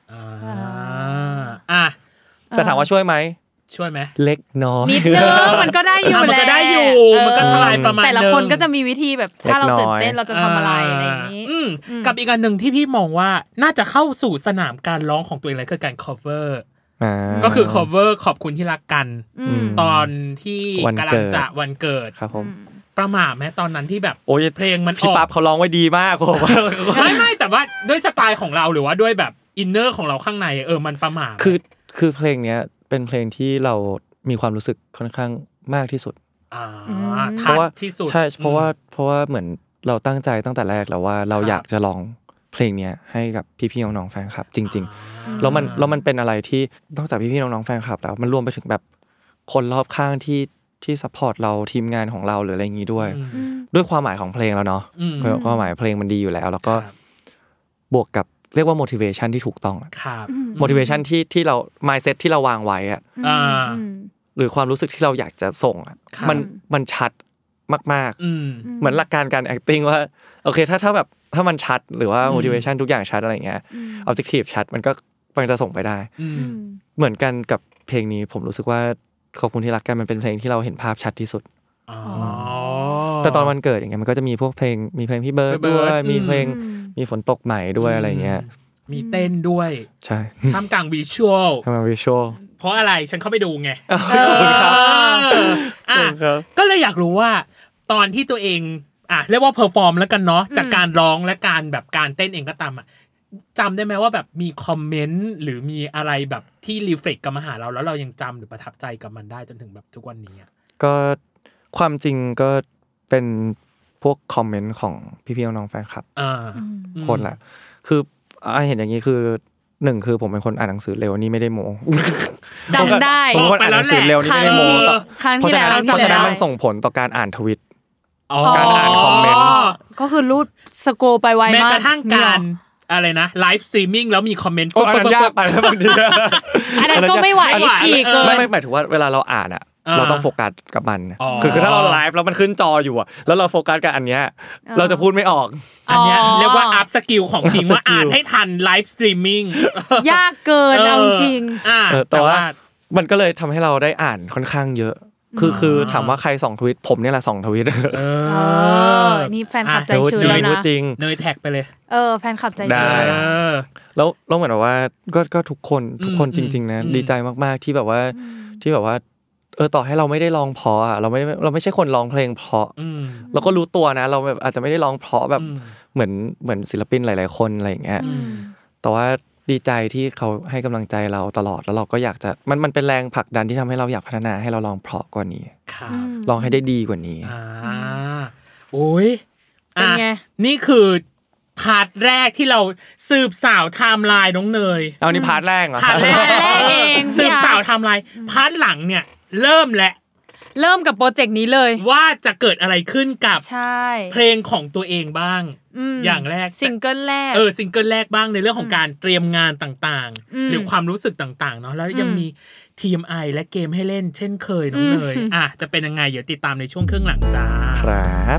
อ่าแต่ถามว่าช่วยไหมช่วยไหมเล็กน้อยนิดนึงมันก็ได้อยู่แหละมันก็ได้อยู่มันก็ทลายประมาณนึงแต่ละคนก็จะมีวิธีแบบถ้าเราตื่นเต้นเราจะทำอะไรอะไรอย่างนี้กับอีกอันนึงที่พี่มองว่าน่าจะเข้าสู่สนามการร้องของตัวเองเลยคือการ cover ก็คือ cover ขอบคุณที่รักกันตอนที่กำลังจะวันเกิดครับผมประมาทไหมตอนนั้นที่แบบเพลงมันออกพี่ปั๊บเขาร้องไว้ดีมากผมไม่ไม่แต่ว่าด้วยสไตล์ของเราหรือว่าด้วยแบบอินเนอร์ของเราข้างในเออมันประมาทคือคือเพลงเนี้ยเป็นเพลงที่เรามีความรู้สึกค่อนข้างมากที่สุดอ่าเพราะว่าที่สุดใช่เพราะว่าเพราะว่าเหมือนเราตั้งใจตั้งแต่แรกแล้วว่าเราอยากจะร้องเพลงนี้ให้กับพี่ๆน้องๆแฟนคลับจริงๆแล้วมันแล้วมันเป็นอะไรที่นอกจากพี่ๆน้องๆแฟนคลับแล้วมันรวมไปถึงแบบคนรอบข้างที่ที่ซัพพอร์ตเราทีมงานของเราหรืออะไรอย่างงี้ด้วยด้วยความหมายของเพลงแล้วเนาะความหมายเพลงมันดีอยู่แล้วแล้วก็บวกกับเรียกว่า motivation ที่ถูกต้องครับ motivation ที่ที่เรา mindset ที่เราวางไว้อ่ะหรือความรู้สึกที่เราอยากจะส่งอ่ะมันมันชัดมากๆเหมือนหลักการการ acting ว่าโอเคถ้าถ้าแบบถ้ามันชัดหรือว่า motivation ทุกอย่างชัดอะไรเงี้ย objective ชัดมันก็มันจะส่งไปได้เหมือนกันกับเพลงนี้ผมรู้สึกว่าขอบคุณที่รักกันมันเป็นเพลงที่เราเห็นภาพชัดที่สุดแต่ตอนวันเกิดอย่างเงี้ยมันก็จะมีพวกเพลงมีเพลงพี่เบิร์ดด้วยมีเพลงมีฝนตกใหม่ด้วยอะไรเงี้ยมีเต้นด้วยใช่ท่ามกลางวิชวลท่ามกลางวิชวลเพราะอะไรฉันเข้าไปดูไงขอบคุณครับอ่ะก็เลยอยากรู้ว่าตอนที่ตัวเองอ่ะเรียกว่าเพอร์ฟอร์มแล้วกันเนาะจากการร้องและการแบบการเต้นเองก็ตามอ่ะจำได้ไหมว่าแบบมีคอมเมนต์หรือมีอะไรแบบที่รีเฟล็กกลับมาหาเราแล้วเรายังจำหรือประทับใจกับมันได้จนถึงแบบทุกวันนี้ก็ความจริงก็เป็นพวกคอมเมนต์ของพี่ๆน้องๆแฟนคลับคนละคือเห็นอย่างนี้คือหนึ่งคือผมเป็นคนอ่านหนังสือเร็วนี่ไม่ได้โม้จำได้ผมเป็นคนอ่านหนังสือเร็วนี่ไม่ได้โม้เพราะฉะนั้นเพราะฉะนั้นมันส่งผลต่อการอ่านทวิตการอ่านคอมเมนต์ก็คือรูดสโกไปไวมากแม้กระทั่งการอะไรนะไลฟ์สตรีมมิ่งแล้วมีคอมเมนต์ปุ๊บๆๆยากไปบางทีอันนั้นก็ไม่ไหวอีกไม่ไม่หมายถึงว่าเวลาเราอ่านอ่ะเราต้องโฟกัสกับมันคือคือถ้าเราไลฟ์แล้วมันขึ้นจออยู่อ่ะแล้วเราโฟกัสกับอันเนี้ยเราจะพูดไม่ออกอันเนี้ยเรียกว่าอัพสกิลของจริงว่าอ่านให้ทันไลฟ์สตรีมมิ่งยากเกินเอาจริงแต่ว่ามันก็เลยทำให้เราได้อ่านค่อนข้างเยอะคือคือถามว่าใครส่องทวิตผมเนี่ยแหละส่องทวิตเออนี่แฟนคลับใจชื้นแล้วนะเนยแท็กไปเลยเออแฟนคลับใจชื้นแล้วแล้วเหมือนว่าก็ก็ทุกคนทุกคนจริงๆนะดีใจมากๆที่แบบว่าที่แบบว่าเออต่อให้เราไม่ได้ร้องเพราะอ่ะเราไม่เราไม่ใช่คนร้องเพลงเพราะเราก็รู้ตัวนะเราแบบอาจจะไม่ได้ร้องเพราะแบบเหมือนเหมือนศิลปินหลายๆคนอะไรอย่างเงี้ยแต่ว่าดีใจที่เขาให้กำลังใจเราตลอดแล้วเราก็อยากจะมันมันเป็นแรงผลักดันที่ทำให้เราอยากพัฒนาให้เราร้องเพราะกว่านี้ร้องให้ได้ดีกว่านี้อ่าโอ้ยเป็นไงนี่คือพาร์ทแรกที่เราสืบสาวไทม์ไลน์น้องเนยเอานี่พาร์ทแรกเหรอพาร์ทแรกเองสืบสาวไทม์ไลน์พาร์ทหลังเนี่ยเริ่มแหละเริ่มกับโปรเจกต์นี้เลยว่าจะเกิดอะไรขึ้นกับเพลงของตัวเองบ้างอย่างแรกซิงเกิลแรกเออซิงเกิลแรกบ้างในเรื่องของการเตรียมงานต่างๆหรือความรู้สึกต่างๆเนาะแล้วยังมี ที เอ็ม ไอ และเกมให้เล่นเช่นเคยน้องเนยอ่ะจะเป็นยังไงเดี๋ยวติดตามในช่วงครึ่งหลังจ้าครับ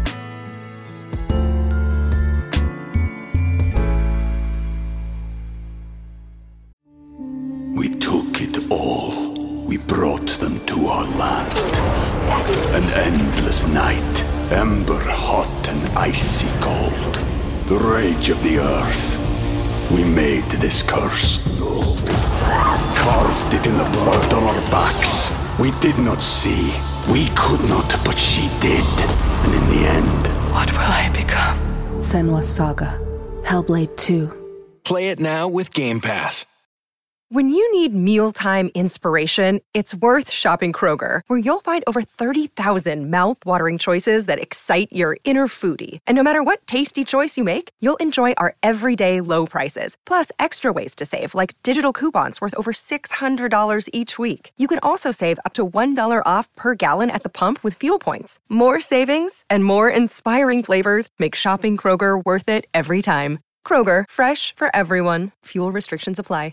We took it all. We brought them to our land. An endless night, ember hot and icy cold. The rage of the earth. We made this curse. Carved it in the blood on our backs. We did not see. We could not, but she did. And in the end... What will I become? Senua's Saga. Hellblade two. Play it now with Game Pass. When you need mealtime inspiration, it's worth shopping Kroger, where you'll find over thirty thousand mouth-watering choices that excite your inner foodie. And no matter what tasty choice you make, you'll enjoy our everyday low prices, plus extra ways to save, like digital coupons worth over six hundred dollars each week. You can also save up to one dollar off per gallon at the pump with fuel points. More savings and more inspiring flavors make shopping Kroger worth it every time. Kroger, fresh for everyone. Fuel restrictions apply.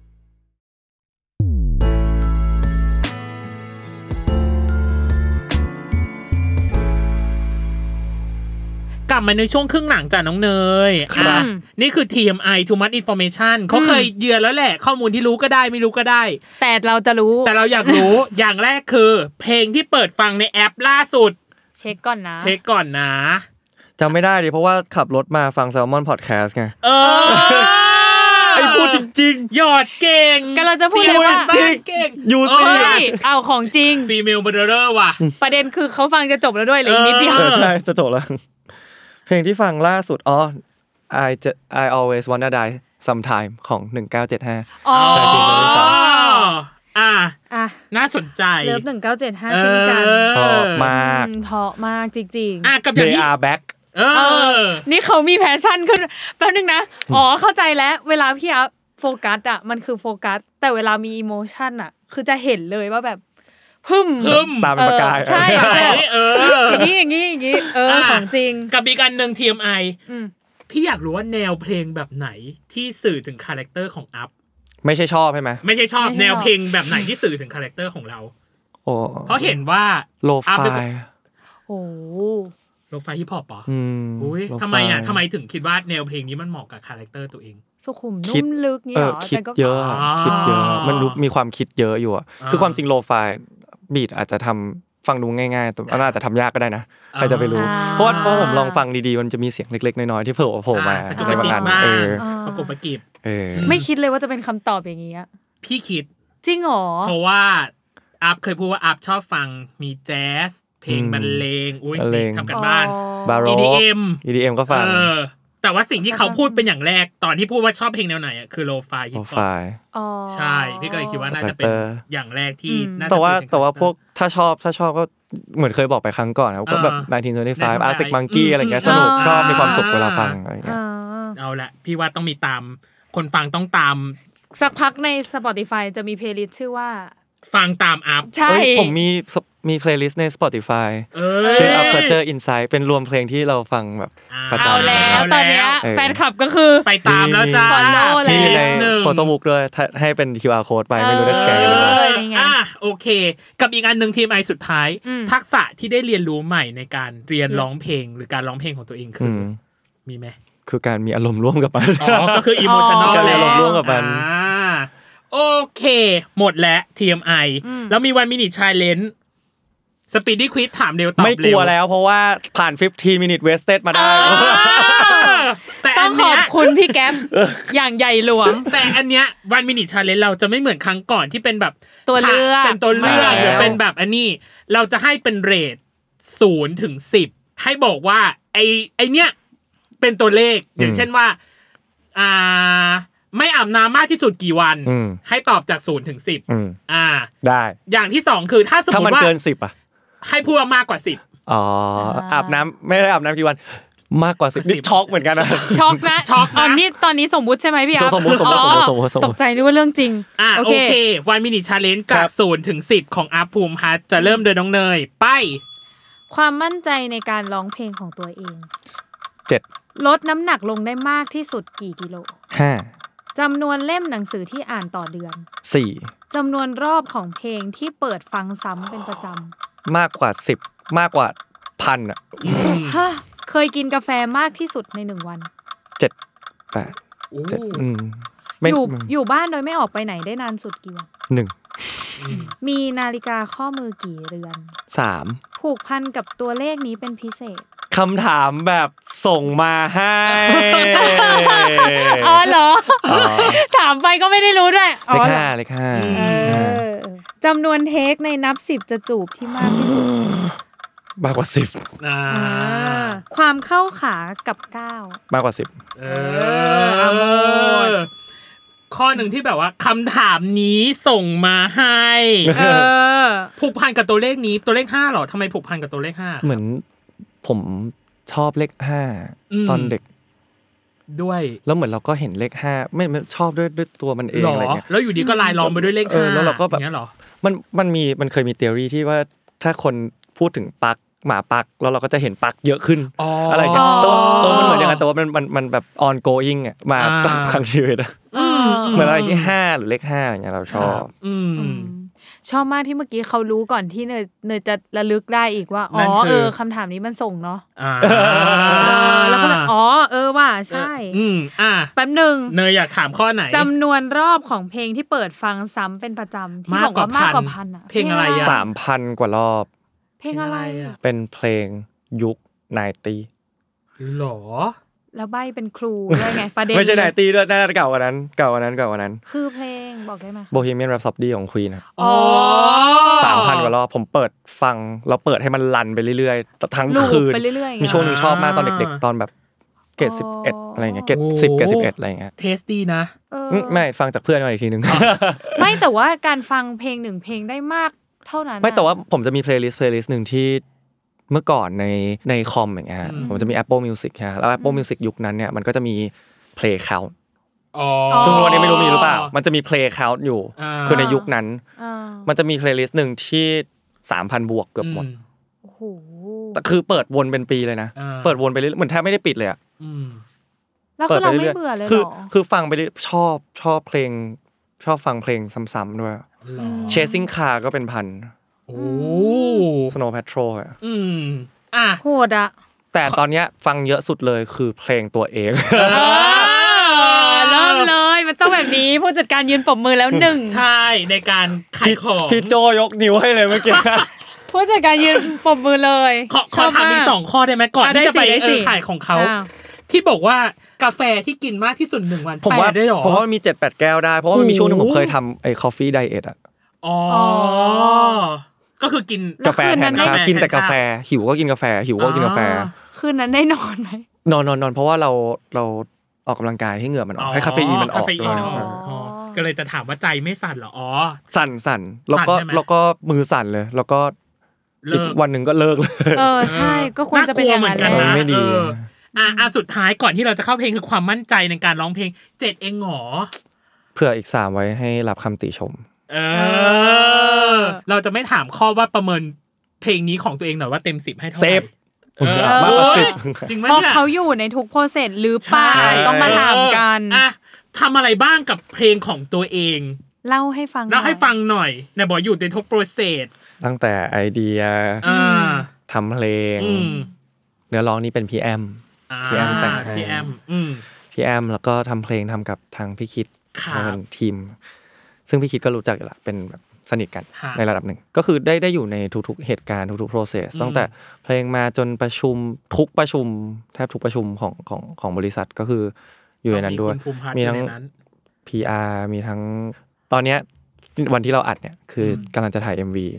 กลับมาในช่วงครึ่งหลังจากน้องเนยอ่ะนี่คือ ที เอ็ม ไอ Too Much Information เขาเคยเยือนแล้วแหละข้อมูลที่รู้ก็ได้ไม่รู้ก็ได้แต่เราจะรู้แต่เราอยากรู้ อย่างแรกคือเพลงที่เปิดฟังในแอปล่าสุดเช็คก่อนนะเช็คก่อนนะจำไม่ได้ดิเพราะว่าขับรถมาฟัง Salmon Podcast ไงเออไอ้พูดจริงๆหยอดเก่งก็เราจะพูดเลยว่าจริงยูซี่เอาของจริง Female Murderer ว่ะประเด็นคือเขาฟังจะจบแล้วด้วยเลยนิดเดียวใช่จะจบแล้วเพลงที่ฟังล่าสุดอ๋อ I I always wanna die sometime ของหนึ่งเก้าเจ็ดห้าอ๋ออ่ะอ่ะน่าสนใจเลิฟหนึ่งเก้าเจ็ดห้าเช่นกันชอบมากเพราะมากจริงๆอ่ะกับอย่างนี้ They are back เออนี่เขามีแพชชั่นขึ้นแป๊บนึงนะอ๋อเข้าใจแล้วเวลาพี่อัพโฟกัสอ่ะมันคือโฟกัสแต่เวลามีอีโมชั่นอ่ะคือจะเห็นเลยว่าแบบพึ่มพึ่มตามเป็นประกายใช่เอออย่างนี้อย่างนี้อย่างนี้เออของจริงกับอีกอันนึง ที เอ็ม ไอ พี่อยากรู้ว่าแนวเพลงแบบไหนที่สื่อถึงคาแรคเตอร์ของอัพไม่ใช่ชอบใช่ไหมไม่ใช่ชอบแนวเพลงแบบไหนที่สื่อถึงคาแรคเตอร์ของเราโอ้เพราะเห็นว่าโลฟายโอ้โลฟายฮิปฮอปป่ะอุ้ยทำไมอ่ะทำไมถึงคิดว่าแนวเพลงนี้มันเหมาะกับคาแรคเตอร์ตัวเองสุขุมนุ่มลึกเงี้ยหรอคิดเยอะคิดเยอะมันมีความคิดเยอะอยู่อ่ะคือความจริงโลฟายบีทอาจจะทำฟังดูง่ายๆแต่อาจจะทำยากก็ได้นะใครจะไปรู้เพราะว่าพอผมลองฟังดีๆมันจะมีเสียงเล็กๆน้อยๆที่โผล่โผล่มาในบางอันเออประกบประกิบไม่คิดเลยว่าจะเป็นคำตอบอย่างนี้พี่คิดจริงหรอเพราะว่าอัพเคยพูดว่าอัพชอบฟังมีแจ๊สเพลงบรรเลงอุ้ยทำกันบ้าน อี ดี เอ็มอี ดี เอ็ม ก็ฟังแต่ว่าสิ่งที่เขาพูดเป็นอย่างแรกตอนที่พูดว่าชอบเพลงแนวไหนอ่ะคือโลฟายฮิปฮอปใช่พี่ก็เลยคิดว่าน่าจะเป็นอย่างแรกที่น่าจะแต่ว่าแต่ว่าพวกถ้าชอบถ้าชอบก็เหมือนเคยบอกไปครั้งก่อนครับก็แบบหนึ่งพันเก้าร้อยยี่สิบห้า Arctic Monkey อะไรเงี้ยสนุกชอบมีความสุขเวลาฟังอะไรเงี้ยเอาละพี่ว่าต้องมีตามคนฟังต้องตามสักพักใน Spotify จะมีเพลย์ลิสต์ชื่อว่าฟังตามอัพใช่ผมมีมีเพลย์ลิสต์ใน Spotify ชื่อ Up Culture Insight เป็นรวมเพลงที่เราฟังแบบประจำเอาแล้วตอนนี้แฟนคลับก็คือไปตามแล้วจ้ามีในโฟโต้บุ๊กด้วยให้เป็น คิว อาร์ Code ไปไม่รู้ได้สแกนหรือเปล่าอ่ะโอเคกับอีกอันนึงทีมไอสุดท้ายทักษะที่ได้เรียนรู้ใหม่ในการเรียนร้องเพลงหรือการร้องเพลงของตัวเองคือมีไหมคือการมีอารมณ์ร่วมกับมันอ๋อก็คือ emotional การมีอารมณ์ร่วมกับมันโอเคหมดแล้ว ที เอ็ม ไอ แล้วมีวันมินิชาเลนจ์สปีดดี้ควิซถามเร็วตอบเร็วไม่กลัวแล้วเพราะว่าผ่านสิบห้า minute wasted มาได้แต่ต้องขอบคุณพี่แก๊ปอย่างใหญ่หลวงแต่อันเนี้ยวันมินิชาเลนจ์เราจะไม่เหมือนครั้งก่อนที่เป็นแบบตัวเลือกเป็นตัวเลือกหรือเป็นแบบอันนี้เราจะให้เป็นเรทศูนย์ถึงสิบให้บอกว่าไอไอเนี้ยเป็นตัวเลขอย่างเช่นว่าอ่าไม่อาบน้ำมากที่สุดกี่วันให้ตอบจากศูนย์ถึงสิบอ่าได้อย่างที่สองคือถ้าสมมติว่าถ้ามันเกินสิบอ่ะให้พูดว่ามากกว่าสิบอ๋ออาบน้ำไม่ได้อาบน้ำกี่วันมากกว่าสิบนี่ช็อกเหมือนกันนะช็อกนะช็อกตอนนี้ตอนนี้สมมุติใช่ไหมพี่อัพสมมุติสมมุติสมมุติสมมุติตกใจด้วยว่าเรื่องจริงอ่าโอเควันมินิชาเลนจ์จากศูนย์ถึงสิบของอัพภูมิพัฒน์จะเริ่มโดยน้องเนยไปความมั่นใจในการร้องเพลงของตัวเองเจ็ดลดน้ำหนักลงได้มากที่สุดกี่กิโลห้าจำนวนเล่มหนังสือที่อ่านต่อเดือนสี่จำนวนรอบของเพลงที่เปิดฟังซ้ำเป็นประจำมากกว่าสิบมากกว่าพันอ่ะฮะเคยกินกาแฟมากที่สุดในหนึ่งวันเจ็ดแปดเจ็ดอืมอยู่อยู่บ้านโดยไม่ออกไปไหนได้นานสุดกี่วันหนึ่งมีนาฬิกาข้อมือกี่เรือนสามผูกพันกับตัวเลขนี้เป็นพิเศษคำถามแบบส่งมาให้อ๋อเหรอถามไปก็ไม่ได้รู้ด้วยเลขห้าเลขห้าจำนวนเทคในนับสิบจะจูบที่มากที่สุดมากกว่าสิบความเข้าขากับก้าวมากกว่าสิบเออข้อหนึ่งที่แบบว่าคำถามนี้ส่งมาให้เออผูกพันกับตัวเลขนี้ตัวเลขห้าหรอทำไมผูกพันกับตัวเลขห้าเหมือนผมชอบเลขห้าตอนเด็กด้วยแล้วเหมือนเราก็เห็นเลขห้าไม่ไม่ชอบด้วยด้วยตัวมันเองอะไรเงี้ยแล้วอยู่ดีก็ลายล้อมไปด้วยเลขห้าแล้วเราก็แบบอย่างเงี้ยหรอมันมันมีมันเคยมีทฤษฎีที่ว่าถ้าคนพูดถึงปักหมาปักแล้วเราก็จะเห็นปักเยอะขึ้นอะไรเงี้ยตัวตัวมันเหมือนอย่างนั้นแต่ว่ามันมันมันแบบ ongoing อ่ะมาตั้งทั้งชีวิตอ่ะเหมือนอะไรที่ห้าหรือเลขห้าอย่างเงี้ยเราชอบชอบมากที่เมื่อกี้เขารู้ก่อนที่เนยเนยจะระลึกได้อีกว่าอ๋อเออคำถามนี้มันส่งเนาะแล้วก็อ๋อเออว่าใช่อืมอ่ะแป๊บนึงเนยอยากถามข้อไหนจำนวนรอบของเพลงที่เปิดฟังซ้ำเป็นประจำที่บอกว่ามากกว่าพันอ่ะเพลงอะไรอ่ะสามพัน กว่ารอบเพลงอะไรเป็นเพลงยุคไนตี้หรอแล้วใบเป็นครูได้ไงประเด็นไม่ใช่ไนตี้ด้วยน่าจะเก่ากว่านั้นเก่ากว่านั้นเก่ากว่านั้นคือเพลงบอกได้มั้ย Bohemian Rhapsody ของ Queen ครับอ๋อสามพัน กว่ารอบผมเปิดฟังเราเปิดให้มันรันไปเรื่อยๆทั้งคืนมีช่วงนึงชอบมากตอนเด็กๆตอนแบบเกรดสิบเอ็ดอะไรเงี้ยเกรดสิบเกรดสิบเอ็ดอะไรเงี้ยเทสดีนะไม่ฟังจากเพื่อนมาอีกทีนึงไม่แต่ว่าการฟังเพลงหนึ่งเพลงได้มากเท่านั้นไม่แต่ว่าผมจะมีเพลย์ลิสต์เพลย์ลิสต์นึงที่เมื่อก่อนในในคอมอย่างเงี้ยผมจะมี Apple Music ฮะแล้ว Apple Music ยุคนั้นเนี่ยมันก็จะมี Play Count อ๋อจนวันนี้ไม่รู้มีหรือเปล่ามันจะมี Play Count อยู่คือในยุคนั้นมันจะมี Playlist นึงที่ สามพัน บวกเกือบหมดโอ้โหแต่คือเปิดวนเป็นปีเลยนะเปิดวนไปเรื่อยเหมือนแทบไม่ได้ปิดเลยอ่ะแล้วคือเราไม่เบื่อเลยหรอคือคือฟังไปชอบชอบเพลงชอบฟังเพลงซ้ำๆด้วย Chasing Car ก็เป็นพันโอ้ Snow Patrol อ่ะอืมอ่ะโหดอ่ะแต่ตอนเนี้ยฟังเยอะสุดเลยคือเพลงตัวเองเริ่มเลยมันต้องแบบนี้ผู้จัดการยืนปรบมือแล้วหนึ่งใช่ในการขายของพี่โจยกนิ้วให้เลยเมื่อกี้ผู้จัดการยืนปรบมือเลยขอขอถามมีสองข้อได้ไหมก่อนที่จะไปเออขายของเขาที่บอกว่ากาแฟที่กินมากที่สุดหนึ่งวันผมว่าได้หรอเพราะว่ามี เจ็ดแปด แก้วได้เพราะว่ามันมีช่วงนึงผมเคยทำไอ้ coffee diet อ่ะอ๋อก็คือกินกาแฟแทนข้าวกินแต่กาแฟหิวก็กินกาแฟหิวก็กินกาแฟคืนนั้นได้นอนไหมนอนนอนนอนเพราะว่าเราเราออกกำลังกายให้เหงื่อมันออกให้คาเฟอีนมันออกด้วยก็เลยจะถามว่าใจไม่สั่นเหรออ๋อสั่นสั่นแล้วก็แล้วก็มือสั่นเลยแล้วก็อีกวันหนึ่งก็เลิกเลยเออใช่ก็ควรจะเป็นอย่างนั้นนะไม่ดีอ่ะอ่ะสุดท้ายก่อนที่เราจะเข้าเพลงคือความมั่นใจในการร้องเพลงเจ็ดเองหรอเผื่ออีกสามไว้ให้รับคำติชมเออเราจะไม่ถามข้อว่าประเมินเพลงนี้ของตัวเองหน่อยว่าเต็มสิบให้เท่าไหร่เออจริงไหมเนี่ยเพราะเขาอยู่ในทุกโปรเซสหรือเปล่าต้องมาถามกันอ่ะทำอะไรบ้างกับเพลงของตัวเองเล่าให้ฟังเล่าให้ฟังหน่อยเนี่ยบอกอยู่ในทุกโปรเซสตั้งแต่ไอเดียทำเพลงเนื้อร้องนี่เป็นพี่แอมพี่แอมแต่งให้พี่แอมพี่แอมแล้วก็ทำเพลงทำกับทางพี่คิดเป็นทีมซึ่งพี่คิดก็รู้จักอยู่ละเป็นแบบสนิทกันในระดับหนึ่งก็คือได้ได้อยู่ในทุกๆเหตุการณ์ทุกๆ process ตั้งแต่เพลงมาจนประชุมทุกประชุมแทบทุกประชุมของของของบริษัทก็คืออยู่ในนั้นด้วยมีทั้ง พี อาร์ มีทั้งตอนเนี้ยวันที่เราอัดเนี่ยคือกำลังจะถ่าย เอ็ม วี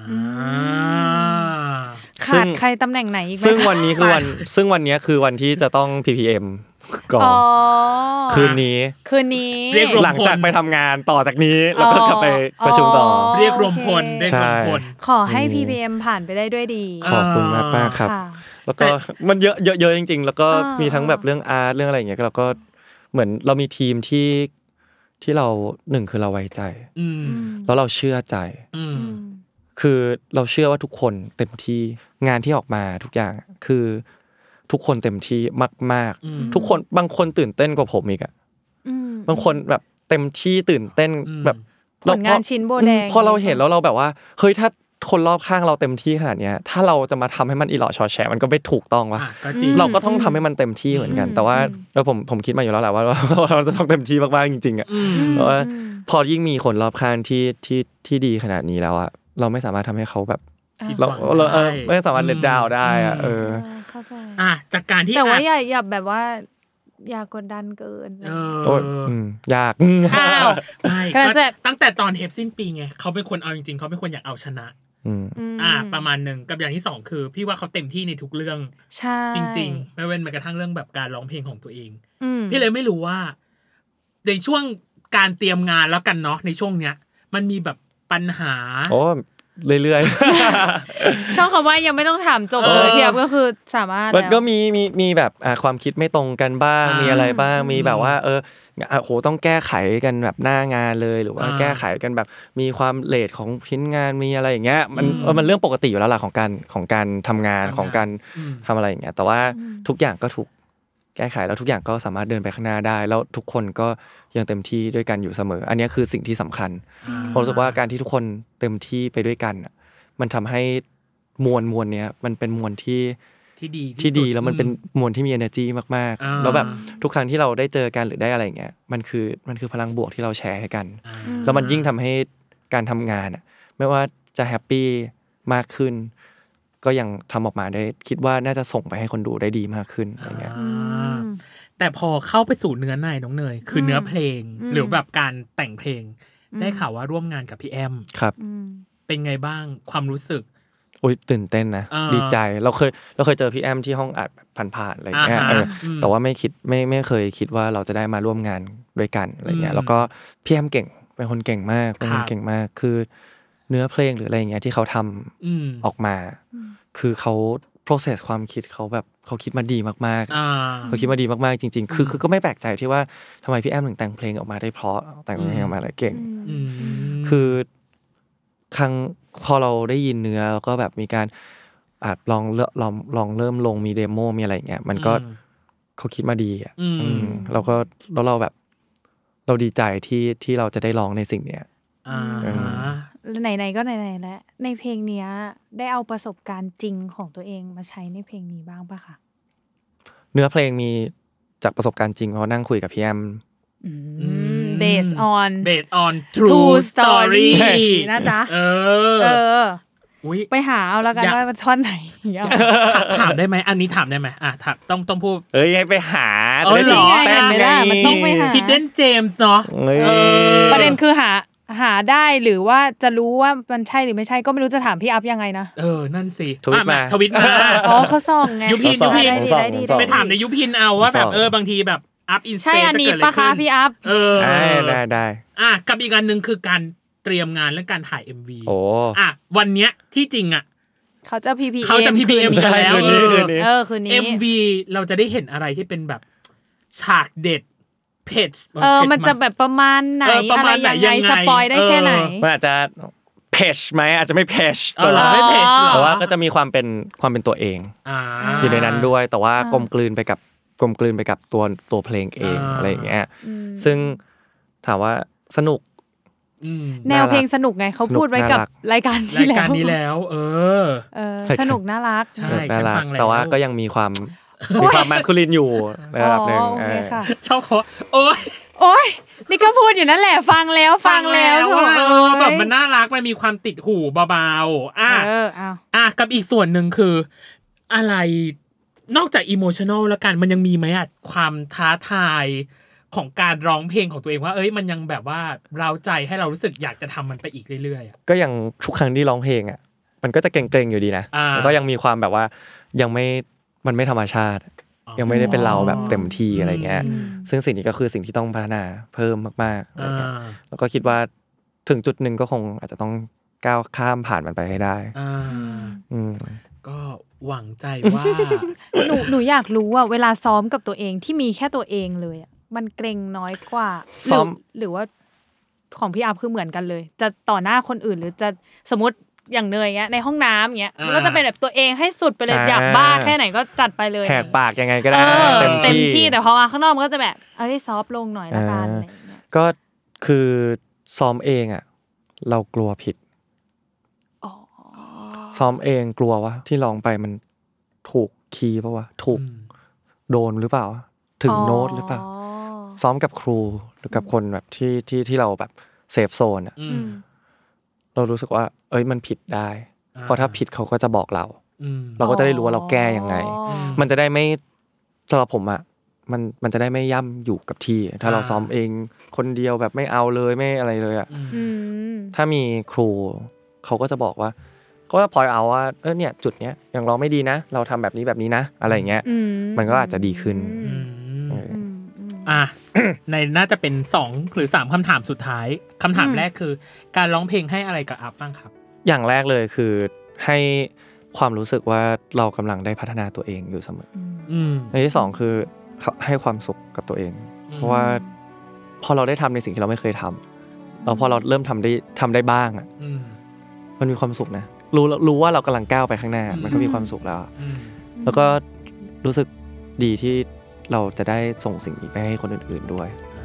ขาดใครตำแหน่งไหนอีกซึ่งวันนี้คือวันซึ่งวันนี้คือวันที่จะต้อง พี พี เอ็ม ก่อนคืนนี้คืนนี้หลังจากไปทำงานต่อจากนี้แล้วก็กลับไปประชุมต่อเรียกรวมพลเรียกรวมพลขอให้ พี พี เอ็ม ผ่านไปได้ด้วยดีขอบคุณมากมากครับแล้วก็มันเยอะเยอะๆจริงๆแล้วก็มีทั้งแบบเรื่องอาร์ตเรื่องอะไรอย่างเงี้ยแล้วก็เหมือนเรามีทีมที่ที่เราหนึ่งคือเราไว้ใจแล้วเราเชื่อใจคือเราเชื่อว่าทุกคนเต็มที่งานที่ออกมาทุกอย่างคือทุกคนเต็มที่มากๆทุกคนบางคนตื่นเต้นกว่าผมอีกอ่ะบางคนแบบเต็มที่ตื่นเต้นแบบผลงานชิ้นโบแดงพอเราเห็นแล้วเราแบบว่าเฮ้ยถ้าคนรอบข้างเราเต็มที่ขนาดนี้ถ้าเราจะมาทำให้มันอีหล่อชอแฉมันก็ไม่ถูกต้องวะเราก็ต้องทำให้มันเต็มที่เหมือนกันแต่ว่าเออผมผมคิดมาอยู่แล้วแหละว่าเราจะต้องเต็มที่มากๆจริงๆอ่ะเพราะว่าพอยิ่งมีคนรอบข้างที่ที่ที่ดีขนาดนี้แล้วอ่ะเราไม่สามารถทำให้เขาแบบเราเราไม่สามารถเลทดาวน์ได้อ่ะเออเข้าใจอ่ะจากการที่แต่ว่าอย่าอย่าแบบว่าอย่ากดดันเกินเออยากไม่ก็ตั้งแต่ตอนเทปสิ้นปีไงเขาเป็นคนเอาจริงๆเขาเป็นคนอยากเอาชนะอ่าประมาณนึงกับอย่างที่สองคือพี่ว่าเขาเต็มที่ในทุกเรื่องจริงๆไม่เว้นแม้กระทั่งเรื่องแบบการร้องเพลงของตัวเองพี่เลยไม่รู้ว่าในช่วงการเตรียมงานแล้วกันเนาะในช่วงเนี้ยมันมีแบบปัญหาโอ้เรื่อยๆชอบคำว่ายังไม่ต้องถามจบเลยเทียบก็คือสามารถมันก็มีมีมีแบบความคิดไม่ตรงกันบ้างมีอะไรบ้างมีแบบว่าเออโหต้องแก้ไขกันแบบหน้างานเลยหรือว่าแก้ไขกันแบบมีความเลทของชิ้นงานมีอะไรอย่างเงี้ยมันมันเรื่องปกติอยู่แล้วล่ะของการของการทำงานของการทำอะไรอย่างเงี้ยแต่ว่าทุกอย่างก็ถูกแก้ไขแล้วทุกอย่างก็สามารถเดินไปข้างหน้าได้แล้วทุกคนก็ยังเต็มที่ด้วยกันอยู่เสมออันนี้คือสิ่งที่สำคัญผมรู้สึกว่าการที่ทุกคนเต็มที่ไปด้วยกันมันทำให้มวลมวลเนี้ยมันเป็นมวลที่ที่ดีที่ดีแล้วมันเป็นมวลที่มี energy มากๆแล้วแบบทุกครั้งที่เราได้เจอกันหรือได้อะไรอย่างเงี้ยมันคือมันคือพลังบวกที่เราแชร์ให้กันแล้วมันยิ่งทำให้การทำงานอ่ะไม่ว่าจะแฮปปี้มากขึ้นก็ยังทำออกมาได้คิดว่าน่าจะส่งไปให้คนดูได้ดีมากขึ้นอะไรเงี้ยแต่พอเข้าไปสู่เนื้อในน้องเนยคือเนื้อเพลงหรือแบบการแต่งเพลงได้ข่าวว่าร่วมงานกับพี่แอมครับเป็นไงบ้างความรู้สึกโอ้ยตื่นเต้นนะดีใจเราเคยเราเคยเจอพี่แอมที่ห้องอัดผ่านๆอะไรเงี้ยแต่ว่าไม่คิดไม่ไม่เคยคิดว่าเราจะได้มาร่วมงานด้วยกันอะไรเงี้ยแล้วก็พี่แอมเก่งเป็นคนเก่งมากเป็นคนเก่งมากคือเนื้อเพลงหรืออะไรเงี้ยที่เขาทำออกมาคือเขา process ความคิดเขาแบบเขาคิดมาดีมากๆเขาคิดมาดีมากๆจริงๆคือคือก็ไม่แปลกใจที่ว่าทำไมพี่แอมถึงแต่งเพลงออกมาได้เพราะแต่งเพลงออกมาได้เก่งคือครั้งพอเราได้ยินเนื้อแล้วก็แบบมีการอาจลองลองลองเริ่มลงมีเดโมมีอะไรอย่างเงี้ยมันก็เขาคิดมาดีอ่ะเราก็แล้วเราแบบเราดีใจที่ที่เราจะได้ร้องในสิ่งเนี้ยไหนๆก็ไหนๆแล้วในเพลงเนี้ยได้เอาประสบการณ์จริงของตัวเองมาใช้ในเพลงนี้บ้างป่ะคะเนื้อเพลงมีจากประสบการณ์จริงเพราะนั่งคุยกับพี่แอม based on based on true story นะจ๊ะเออเออไปหาเอาแล้วกันว่าท่อนไหนถามได้ไหมอันนี้ถามได้ไหมอ่ะต้องต้องพูดเอ้ยให้ไปหาเออหรอไม่ได้มันต้องไปหา Hidden Gems เนาะประเด็นคือหาหาได้หรือว่าจะรู้ว่ามันใช่หรือไม่ใช่ก็ไม่รู้จะถามพี่อัพยังไงนะเออนั่นสิทวิตมาทวิตมาอ๋อเขาส่องไงยุพินยุพินไปถามในยุพินเอาว่าแบบเออบางทีแบบอัพอินสเตจะเกิดอะไรขึ้นใช่อันนี้ปะคะพี่อัพเออได้ได้อ่ะกับอีกอันนึงคือการเตรียมงานและการถ่าย เอ็ม วีโอ้อ่ะวันเนี้ยที่จริงอ่ะเขาจะ พี พี เอ็มเขาจะ พี พี เอ็ม กันแล้วเออคืนนี้เอ็ม วี เราจะได้เห็นอะไรที่เป็นแบบฉากเด็ดเพจเออมันจะแบบประมาณไหนอะไรยังไงสปอยได้แค่ไหนมันอาจจะเพจไหมอาจจะไม่เพจตัวเราไม่เพจแต่ว่าก็จะมีความเป็นความเป็นตัวเองอยู่ในนั้นด้วยแต่ว่ากลมกลืนไปกับกลมกลืนไปกับตัวตัวเพลงเองอะไรอย่างเงี้ยซึ่งถามว่าสนุกแนวเพลงสนุกไงเขาพูดไว้กับรายการที่แล้วรายการนี้แล้วเออสนุกน่ารักใช่ฉันฟังแล้วแต่ว่าก็ยังมีความมีความแมสคูลินอยู่ในระดับนึงชอบเขาโอ๊ยโอ๊ยนี่ก็พูดอยู่นั่นแหละฟังแล้วฟังแล้วเออแบบมันน่ารักมันมีความติดหูเบาๆอ่ะอ่ะกับอีกส่วนหนึ่งคืออะไรนอกจากอิโมชันนอลแล้วกันมันยังมีไหมอ่ะความท้าทายของการร้องเพลงของตัวเองว่าเอ้ยมันยังแบบว่าเร้าใจให้เรารู้สึกอยากจะทำมันไปอีกเรื่อยๆก็ยังทุกครั้งที่ร้องเพลงอ่ะมันก็จะเกรงๆอยู่ดีนะมันก็ยังมีความแบบว่ายังไม่มันไม่ธรรมชาติยังไม่ได้เป็นเราแบบเต็มที่อะไรเงี้ยซึ่งสิ่งนี้ก็คือสิ่งที่ต้องพัฒนาเพิ่มมากๆอะไรเงี้ยแล้วก็คิดว่าถึงจุดนึงก็คงอาจจะต้องก้าวข้ามผ่านมันไปให้ได้อืมก็หวังใจว่าหนูหนูอยากรู้ว่าเวลาซ้อมกับตัวเองที่มีแค่ตัวเองเลยอ่ะมันเกรงน้อยกว่าซ้อมหรือว่าของพี่อัพคือเหมือนกันเลยจะต่อหน้าคนอื่นหรือจะสมมติอย่างเนยเงี้ยในห้องน้ำเงี้ยมันก็จะเป็นแบบตัวเองให้สุดไปเลยอยากบ้าแค่ไหนก็จัดไปเลยแหกปากยังไงก็ได้เต็มที่แต่พอมาข้างนอกมันก็จะแบบเอ้ยซอฟลงหน่อยละกันอะไรอย่างเงี้ยก็คือซ้อมเองอ่ะเรากลัวผิดซ้อมเองกลัวว่าที่ร้องไปมันถูกคีย์ป่ะวะถูกโดนหรือเปล่าถึงโน้ตหรือเปล่าซ้อมกับครูหรือกับคนแบบที่ที่ที่เราแบบเซฟโซนอ่ะเรารู้สึกว่าเอ้ยมันผิดได้เพราะถ้าผิดเขาก็จะบอกเราเราก็จะได้รู้ว่าเราแก้ยังไงมันจะได้ไม่สำหรับผมอ่ะมันมันจะได้ไม่ย่ำอยู่กับที่ถ้าเราซ้อมเองคนเดียวแบบไม่เอาเลยไม่อะไรเลยอ่ะถ้ามีครูเขาก็จะบอกว่าก็พอยเอาว่าเออเนี่ยจุดเนี้ยยังร้องไม่ดีนะเราทำแบบนี้แบบนี้นะอะไรอย่างเงี้ยมันก็อาจจะดีขึ้นอ่ะ ในน่าจะเป็นสองหรือสามคำถามสุดท้ายคำถามแรกคือการร้องเพลงให้อะไรกับอัพบ้างครับอย่างแรกเลยคือให้ความรู้สึกว่าเรากำลังได้พัฒนาตัวเองอยู่เสมอในที่สองคือให้ความสุขกับตัวเองเพราะว่าพอเราได้ทำในสิ่งที่เราไม่เคยทำแล้วพอเราเริ่มทำได้ทำได้บ้างอ่ะมันมีความสุขนะรู้รู้ว่าเรากำลังก้าวไปข้างหน้ามันก็มีความสุขแล้วแล้วก็รู้สึกดีที่เราจะได้ส่งสิ่งนี้ไปให้คนอื่นๆด้วย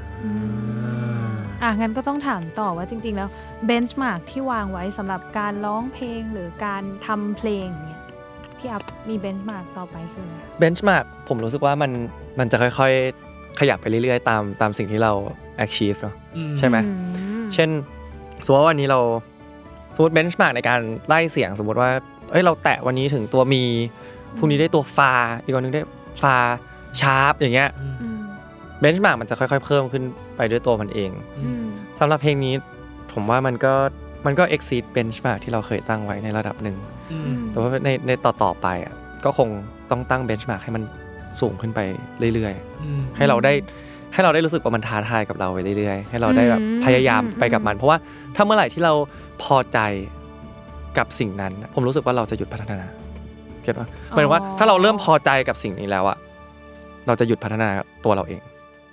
อ่ะงั้นก็ต้องถามต่อว่าจริงๆแล้วเบนช์มาร์กที่วางไว้สำหรับการร้องเพลงหรือการทำเพลงเนี่ยพี่อัพมีเบนช์มาร์กต่อไปคืออะไรเบนช์มาร์กผมรู้สึกว่ามันมันจะค่อยๆขยับไปเรื่อยๆตามตามสิ่งที่เรา achieve เนาะใช่ไหมเช่นสมมติว่าวันนี้เราสมมติเบนช์มาร์กในการไล่เสียงสมมติว่าเอ้ยเราแตะวันนี้ถึงตัวมีพรุ่งนี้ได้ตัวฟาอีกวันนึงได้ฟาชาร์ปอย่างเงี้ยเบนช์มาร์กมันจะค่อยๆเพิ่มขึ้นไปด้วยตัวมันเองสำหรับเพลงนี้ผมว่ามันก็มันก็ exceed benchmark ที่เราเคยตั้งไว้ในระดับหนึ่งแต่ว่าในในต่อๆไปอ่ะก็คงต้องตั้ง benchmark ให้มันสูงขึ้นไปเรื่อยๆให้เราได้ให้เราได้รู้สึกว่ามันท้าทายกับเราไปเรื่อยๆให้เราได้แบบพยายามไปกับมันเพราะว่าถ้าเมื่อไหร่ที่เราพอใจกับสิ่งนั้นผมรู้สึกว่าเราจะหยุดพัฒนาเก็ทป่ะหมายถึงว่าถ้าเราเริ่มพอใจกับสิ่งนี้แล้วอ่ะเราจะหยุดพัฒนาตัวเราเอง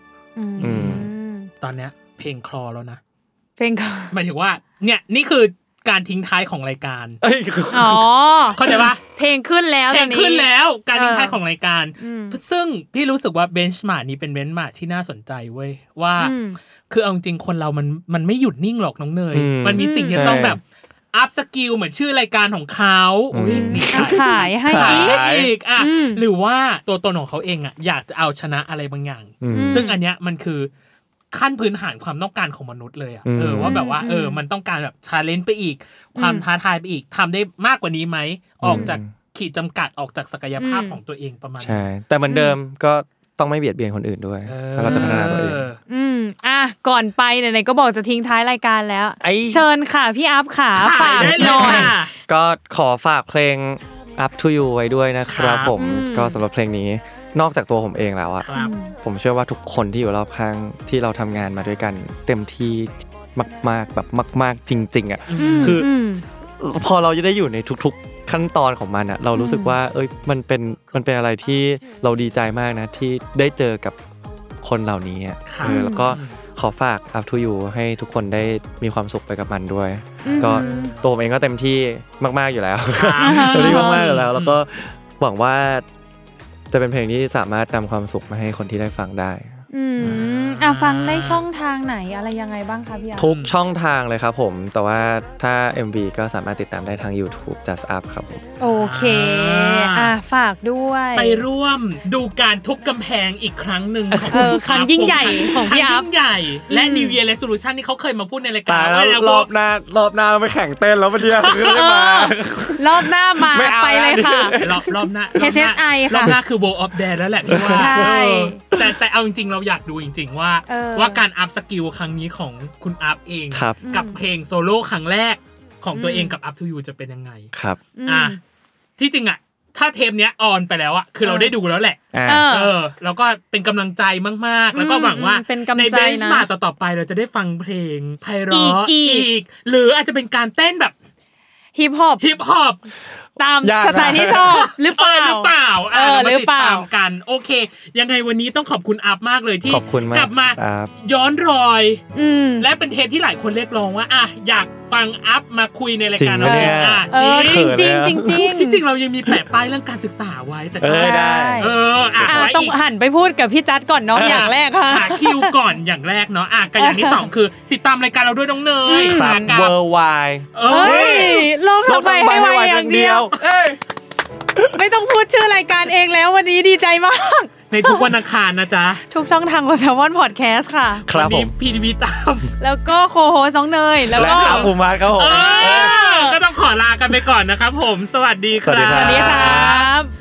ตอนเนี้ยเพลงคลอแล้วนะเพลงคลอหมายถึงว่าเนี่ยนี่คือการทิ้งท้ายของรายการอ๋อเข้าใจป่ะเพลงขึ้นแล้วเพลงขึ้นแล้วการทิ้งท้ายของรายการซึ่งพี่รู้สึกว่าเบนช์มาร์กนี้เป็นเบนช์มาร์กที่น่าสนใจเว้ยว่าคือเอาจริงคนเรามันมันไม่หยุดนิ่งหรอกน้องเนยมันมีสิ่งที่ต้องแบบอัพสกิลเหมือนชื่อรายการของเขาขายให้อีกอ่ะหรือว่าตัวตนของเขาเองอ่ะอยากจะเอาชนะอะไรบางอย่างซึ่งอันเนี้ยมันคือขั้นพื้นฐานความต้องการของมนุษย์เลยอ่ะเออว่าแบบว่าเออมันต้องการแบบชาเลนจ์ไปอีกความท้าทายไปอีกทำได้มากกว่านี้ไหมออกจากขีดจำกัดออกจากศักยภาพของตัวเองประมาณใช่แต่เหมือนเดิมก็ต้องไม่เบียดเบียนคนอื่นด้วยถ้าเราจะพัฒนาตัวเองอืมอ่ะก่อนไปไหนๆก็บอกจะทิ้งท้ายรายการแล้วเชิญค่ะพี่อัพค่ะฝากหน่อยก็ขอฝากเพลง Up to You ไว้ด้วยนะครับผมก็สำหรับเพลงนี้นอกจากตัวผมเองแล้วอะผมเชื่อว่าทุกคนที่อยู่รอบข้างที่เราทำงานมาด้วยกันเต็มที่มากๆแบบมากๆจริงๆอะคือพอเราจะได้อยู่ในทุกๆขั้นตอนของมันอะเรารู้สึกว่าเอ้ยมันเป็นมันเป็นอะไรที่เราดีใจมากนะที่ได้เจอกับคนเหล่านี้อ่ะเออแล้วก็ขอฝาก Up to You ให้ทุกคนได้มีความสุขไปกับมันด้วยก็ตัวผมเองก็เต็มที่มากๆอยู่แล้วเต็มที่มากๆอยู่แล้วแล้วก็หวังว่าจะเป็นเพลงที่สามารถนำความสุขมาให้คนที่ได้ฟังได้อืมอ่ะฟังได้ช่องทางไหนอะไรยังไงบ้างคะพี่อาร์ทุกช่องทางเลยครับผมแต่ว่าถ้า เอ็ม วี ก็สามารถติดตามได้ทาง YouTube Just Up ครับผมโอเคอ่ะฝากด้วยไปร่วมดูการทุบกำแพงอีกครั้งหนึ่งของครั้งยิ่งใหญ่ของพี่อาร์ยิ่งใหญ่และ New Year Resolution ที่เขาเคยมาพูดในรายการว่ารอบหน้ารอบหน้าเราไปแข่งเต้นแล้ววันนี้คือไม่มารอบหน้ามาไปเลยค่ะรอบรอบหน้าเอช เอส ไอ ค่ะรอบหน้าคือ World of Dance แล้วแหละพี่ว่าใช่แต่แต่เอาจริงๆเราอยากดูจริงๆว่าว่าการอัพสกิลครั้งนี้ของคุณอัพเองกับเพลงโซโล่ครั้งแรกของตัวเองกับ Up to You จะเป็นยังไงครับอ่ะที่จริงอ่ะถ้าเทปเนี้ยออนไปแล้วอ่ะคือเราได้ดูแล้วแหละเออแล้วก็เป็นกำลังใจมากๆแล้วก็หวังว่าในเบนช์มาร์กต่อๆไปเราจะได้ฟังเพลงไพเราะอีกหรืออาจจะเป็นการเต้นแบบฮิปฮอปฮิปฮอปตามสไตล์ที่ชอบหรือเปล่าหรือเปล่าเออมาติดตามกันโอเคยังไงวันนี้ต้องขอบคุณอัพมากเลยที่กลับมาย้อนรอยและเป็นเทปที่หลายคนเรียกร้องว่าอ่ะอยากฟังอัพมาคุยในรายการเราเนี่ยอ่ะจริงจริงจริงจริงจริงเรายังมีแปะป้ายเรื่องการศึกษาไว้แต่ใช่เอออ่ะต้องหันไปพูดกับพี่จัดก่อนน้องอย่างแรกค่ะหาคิวก่อนอย่างแรกเนาะอ่ะกับอย่างที่สองคือติดตามรายการเราด้วยน้องเนยครับ Worldwide เอ้ยลงทำไมให้ไวอย่างเดียวไม่ต้องพูดชื่อรายการเองแล้ววันนี้ดีใจมากในทุกวันอังคารนะจ๊ะทุกช่องทางของ Salmon Podcast ค่ะครับผมพี ที วี ตามแล้วก็โคโฮสน้องเนยแล้วก็อาภูมิครับผมก็ต้องขอลากันไปก่อนนะครับผมสวัสดีครับสวัสดีครับ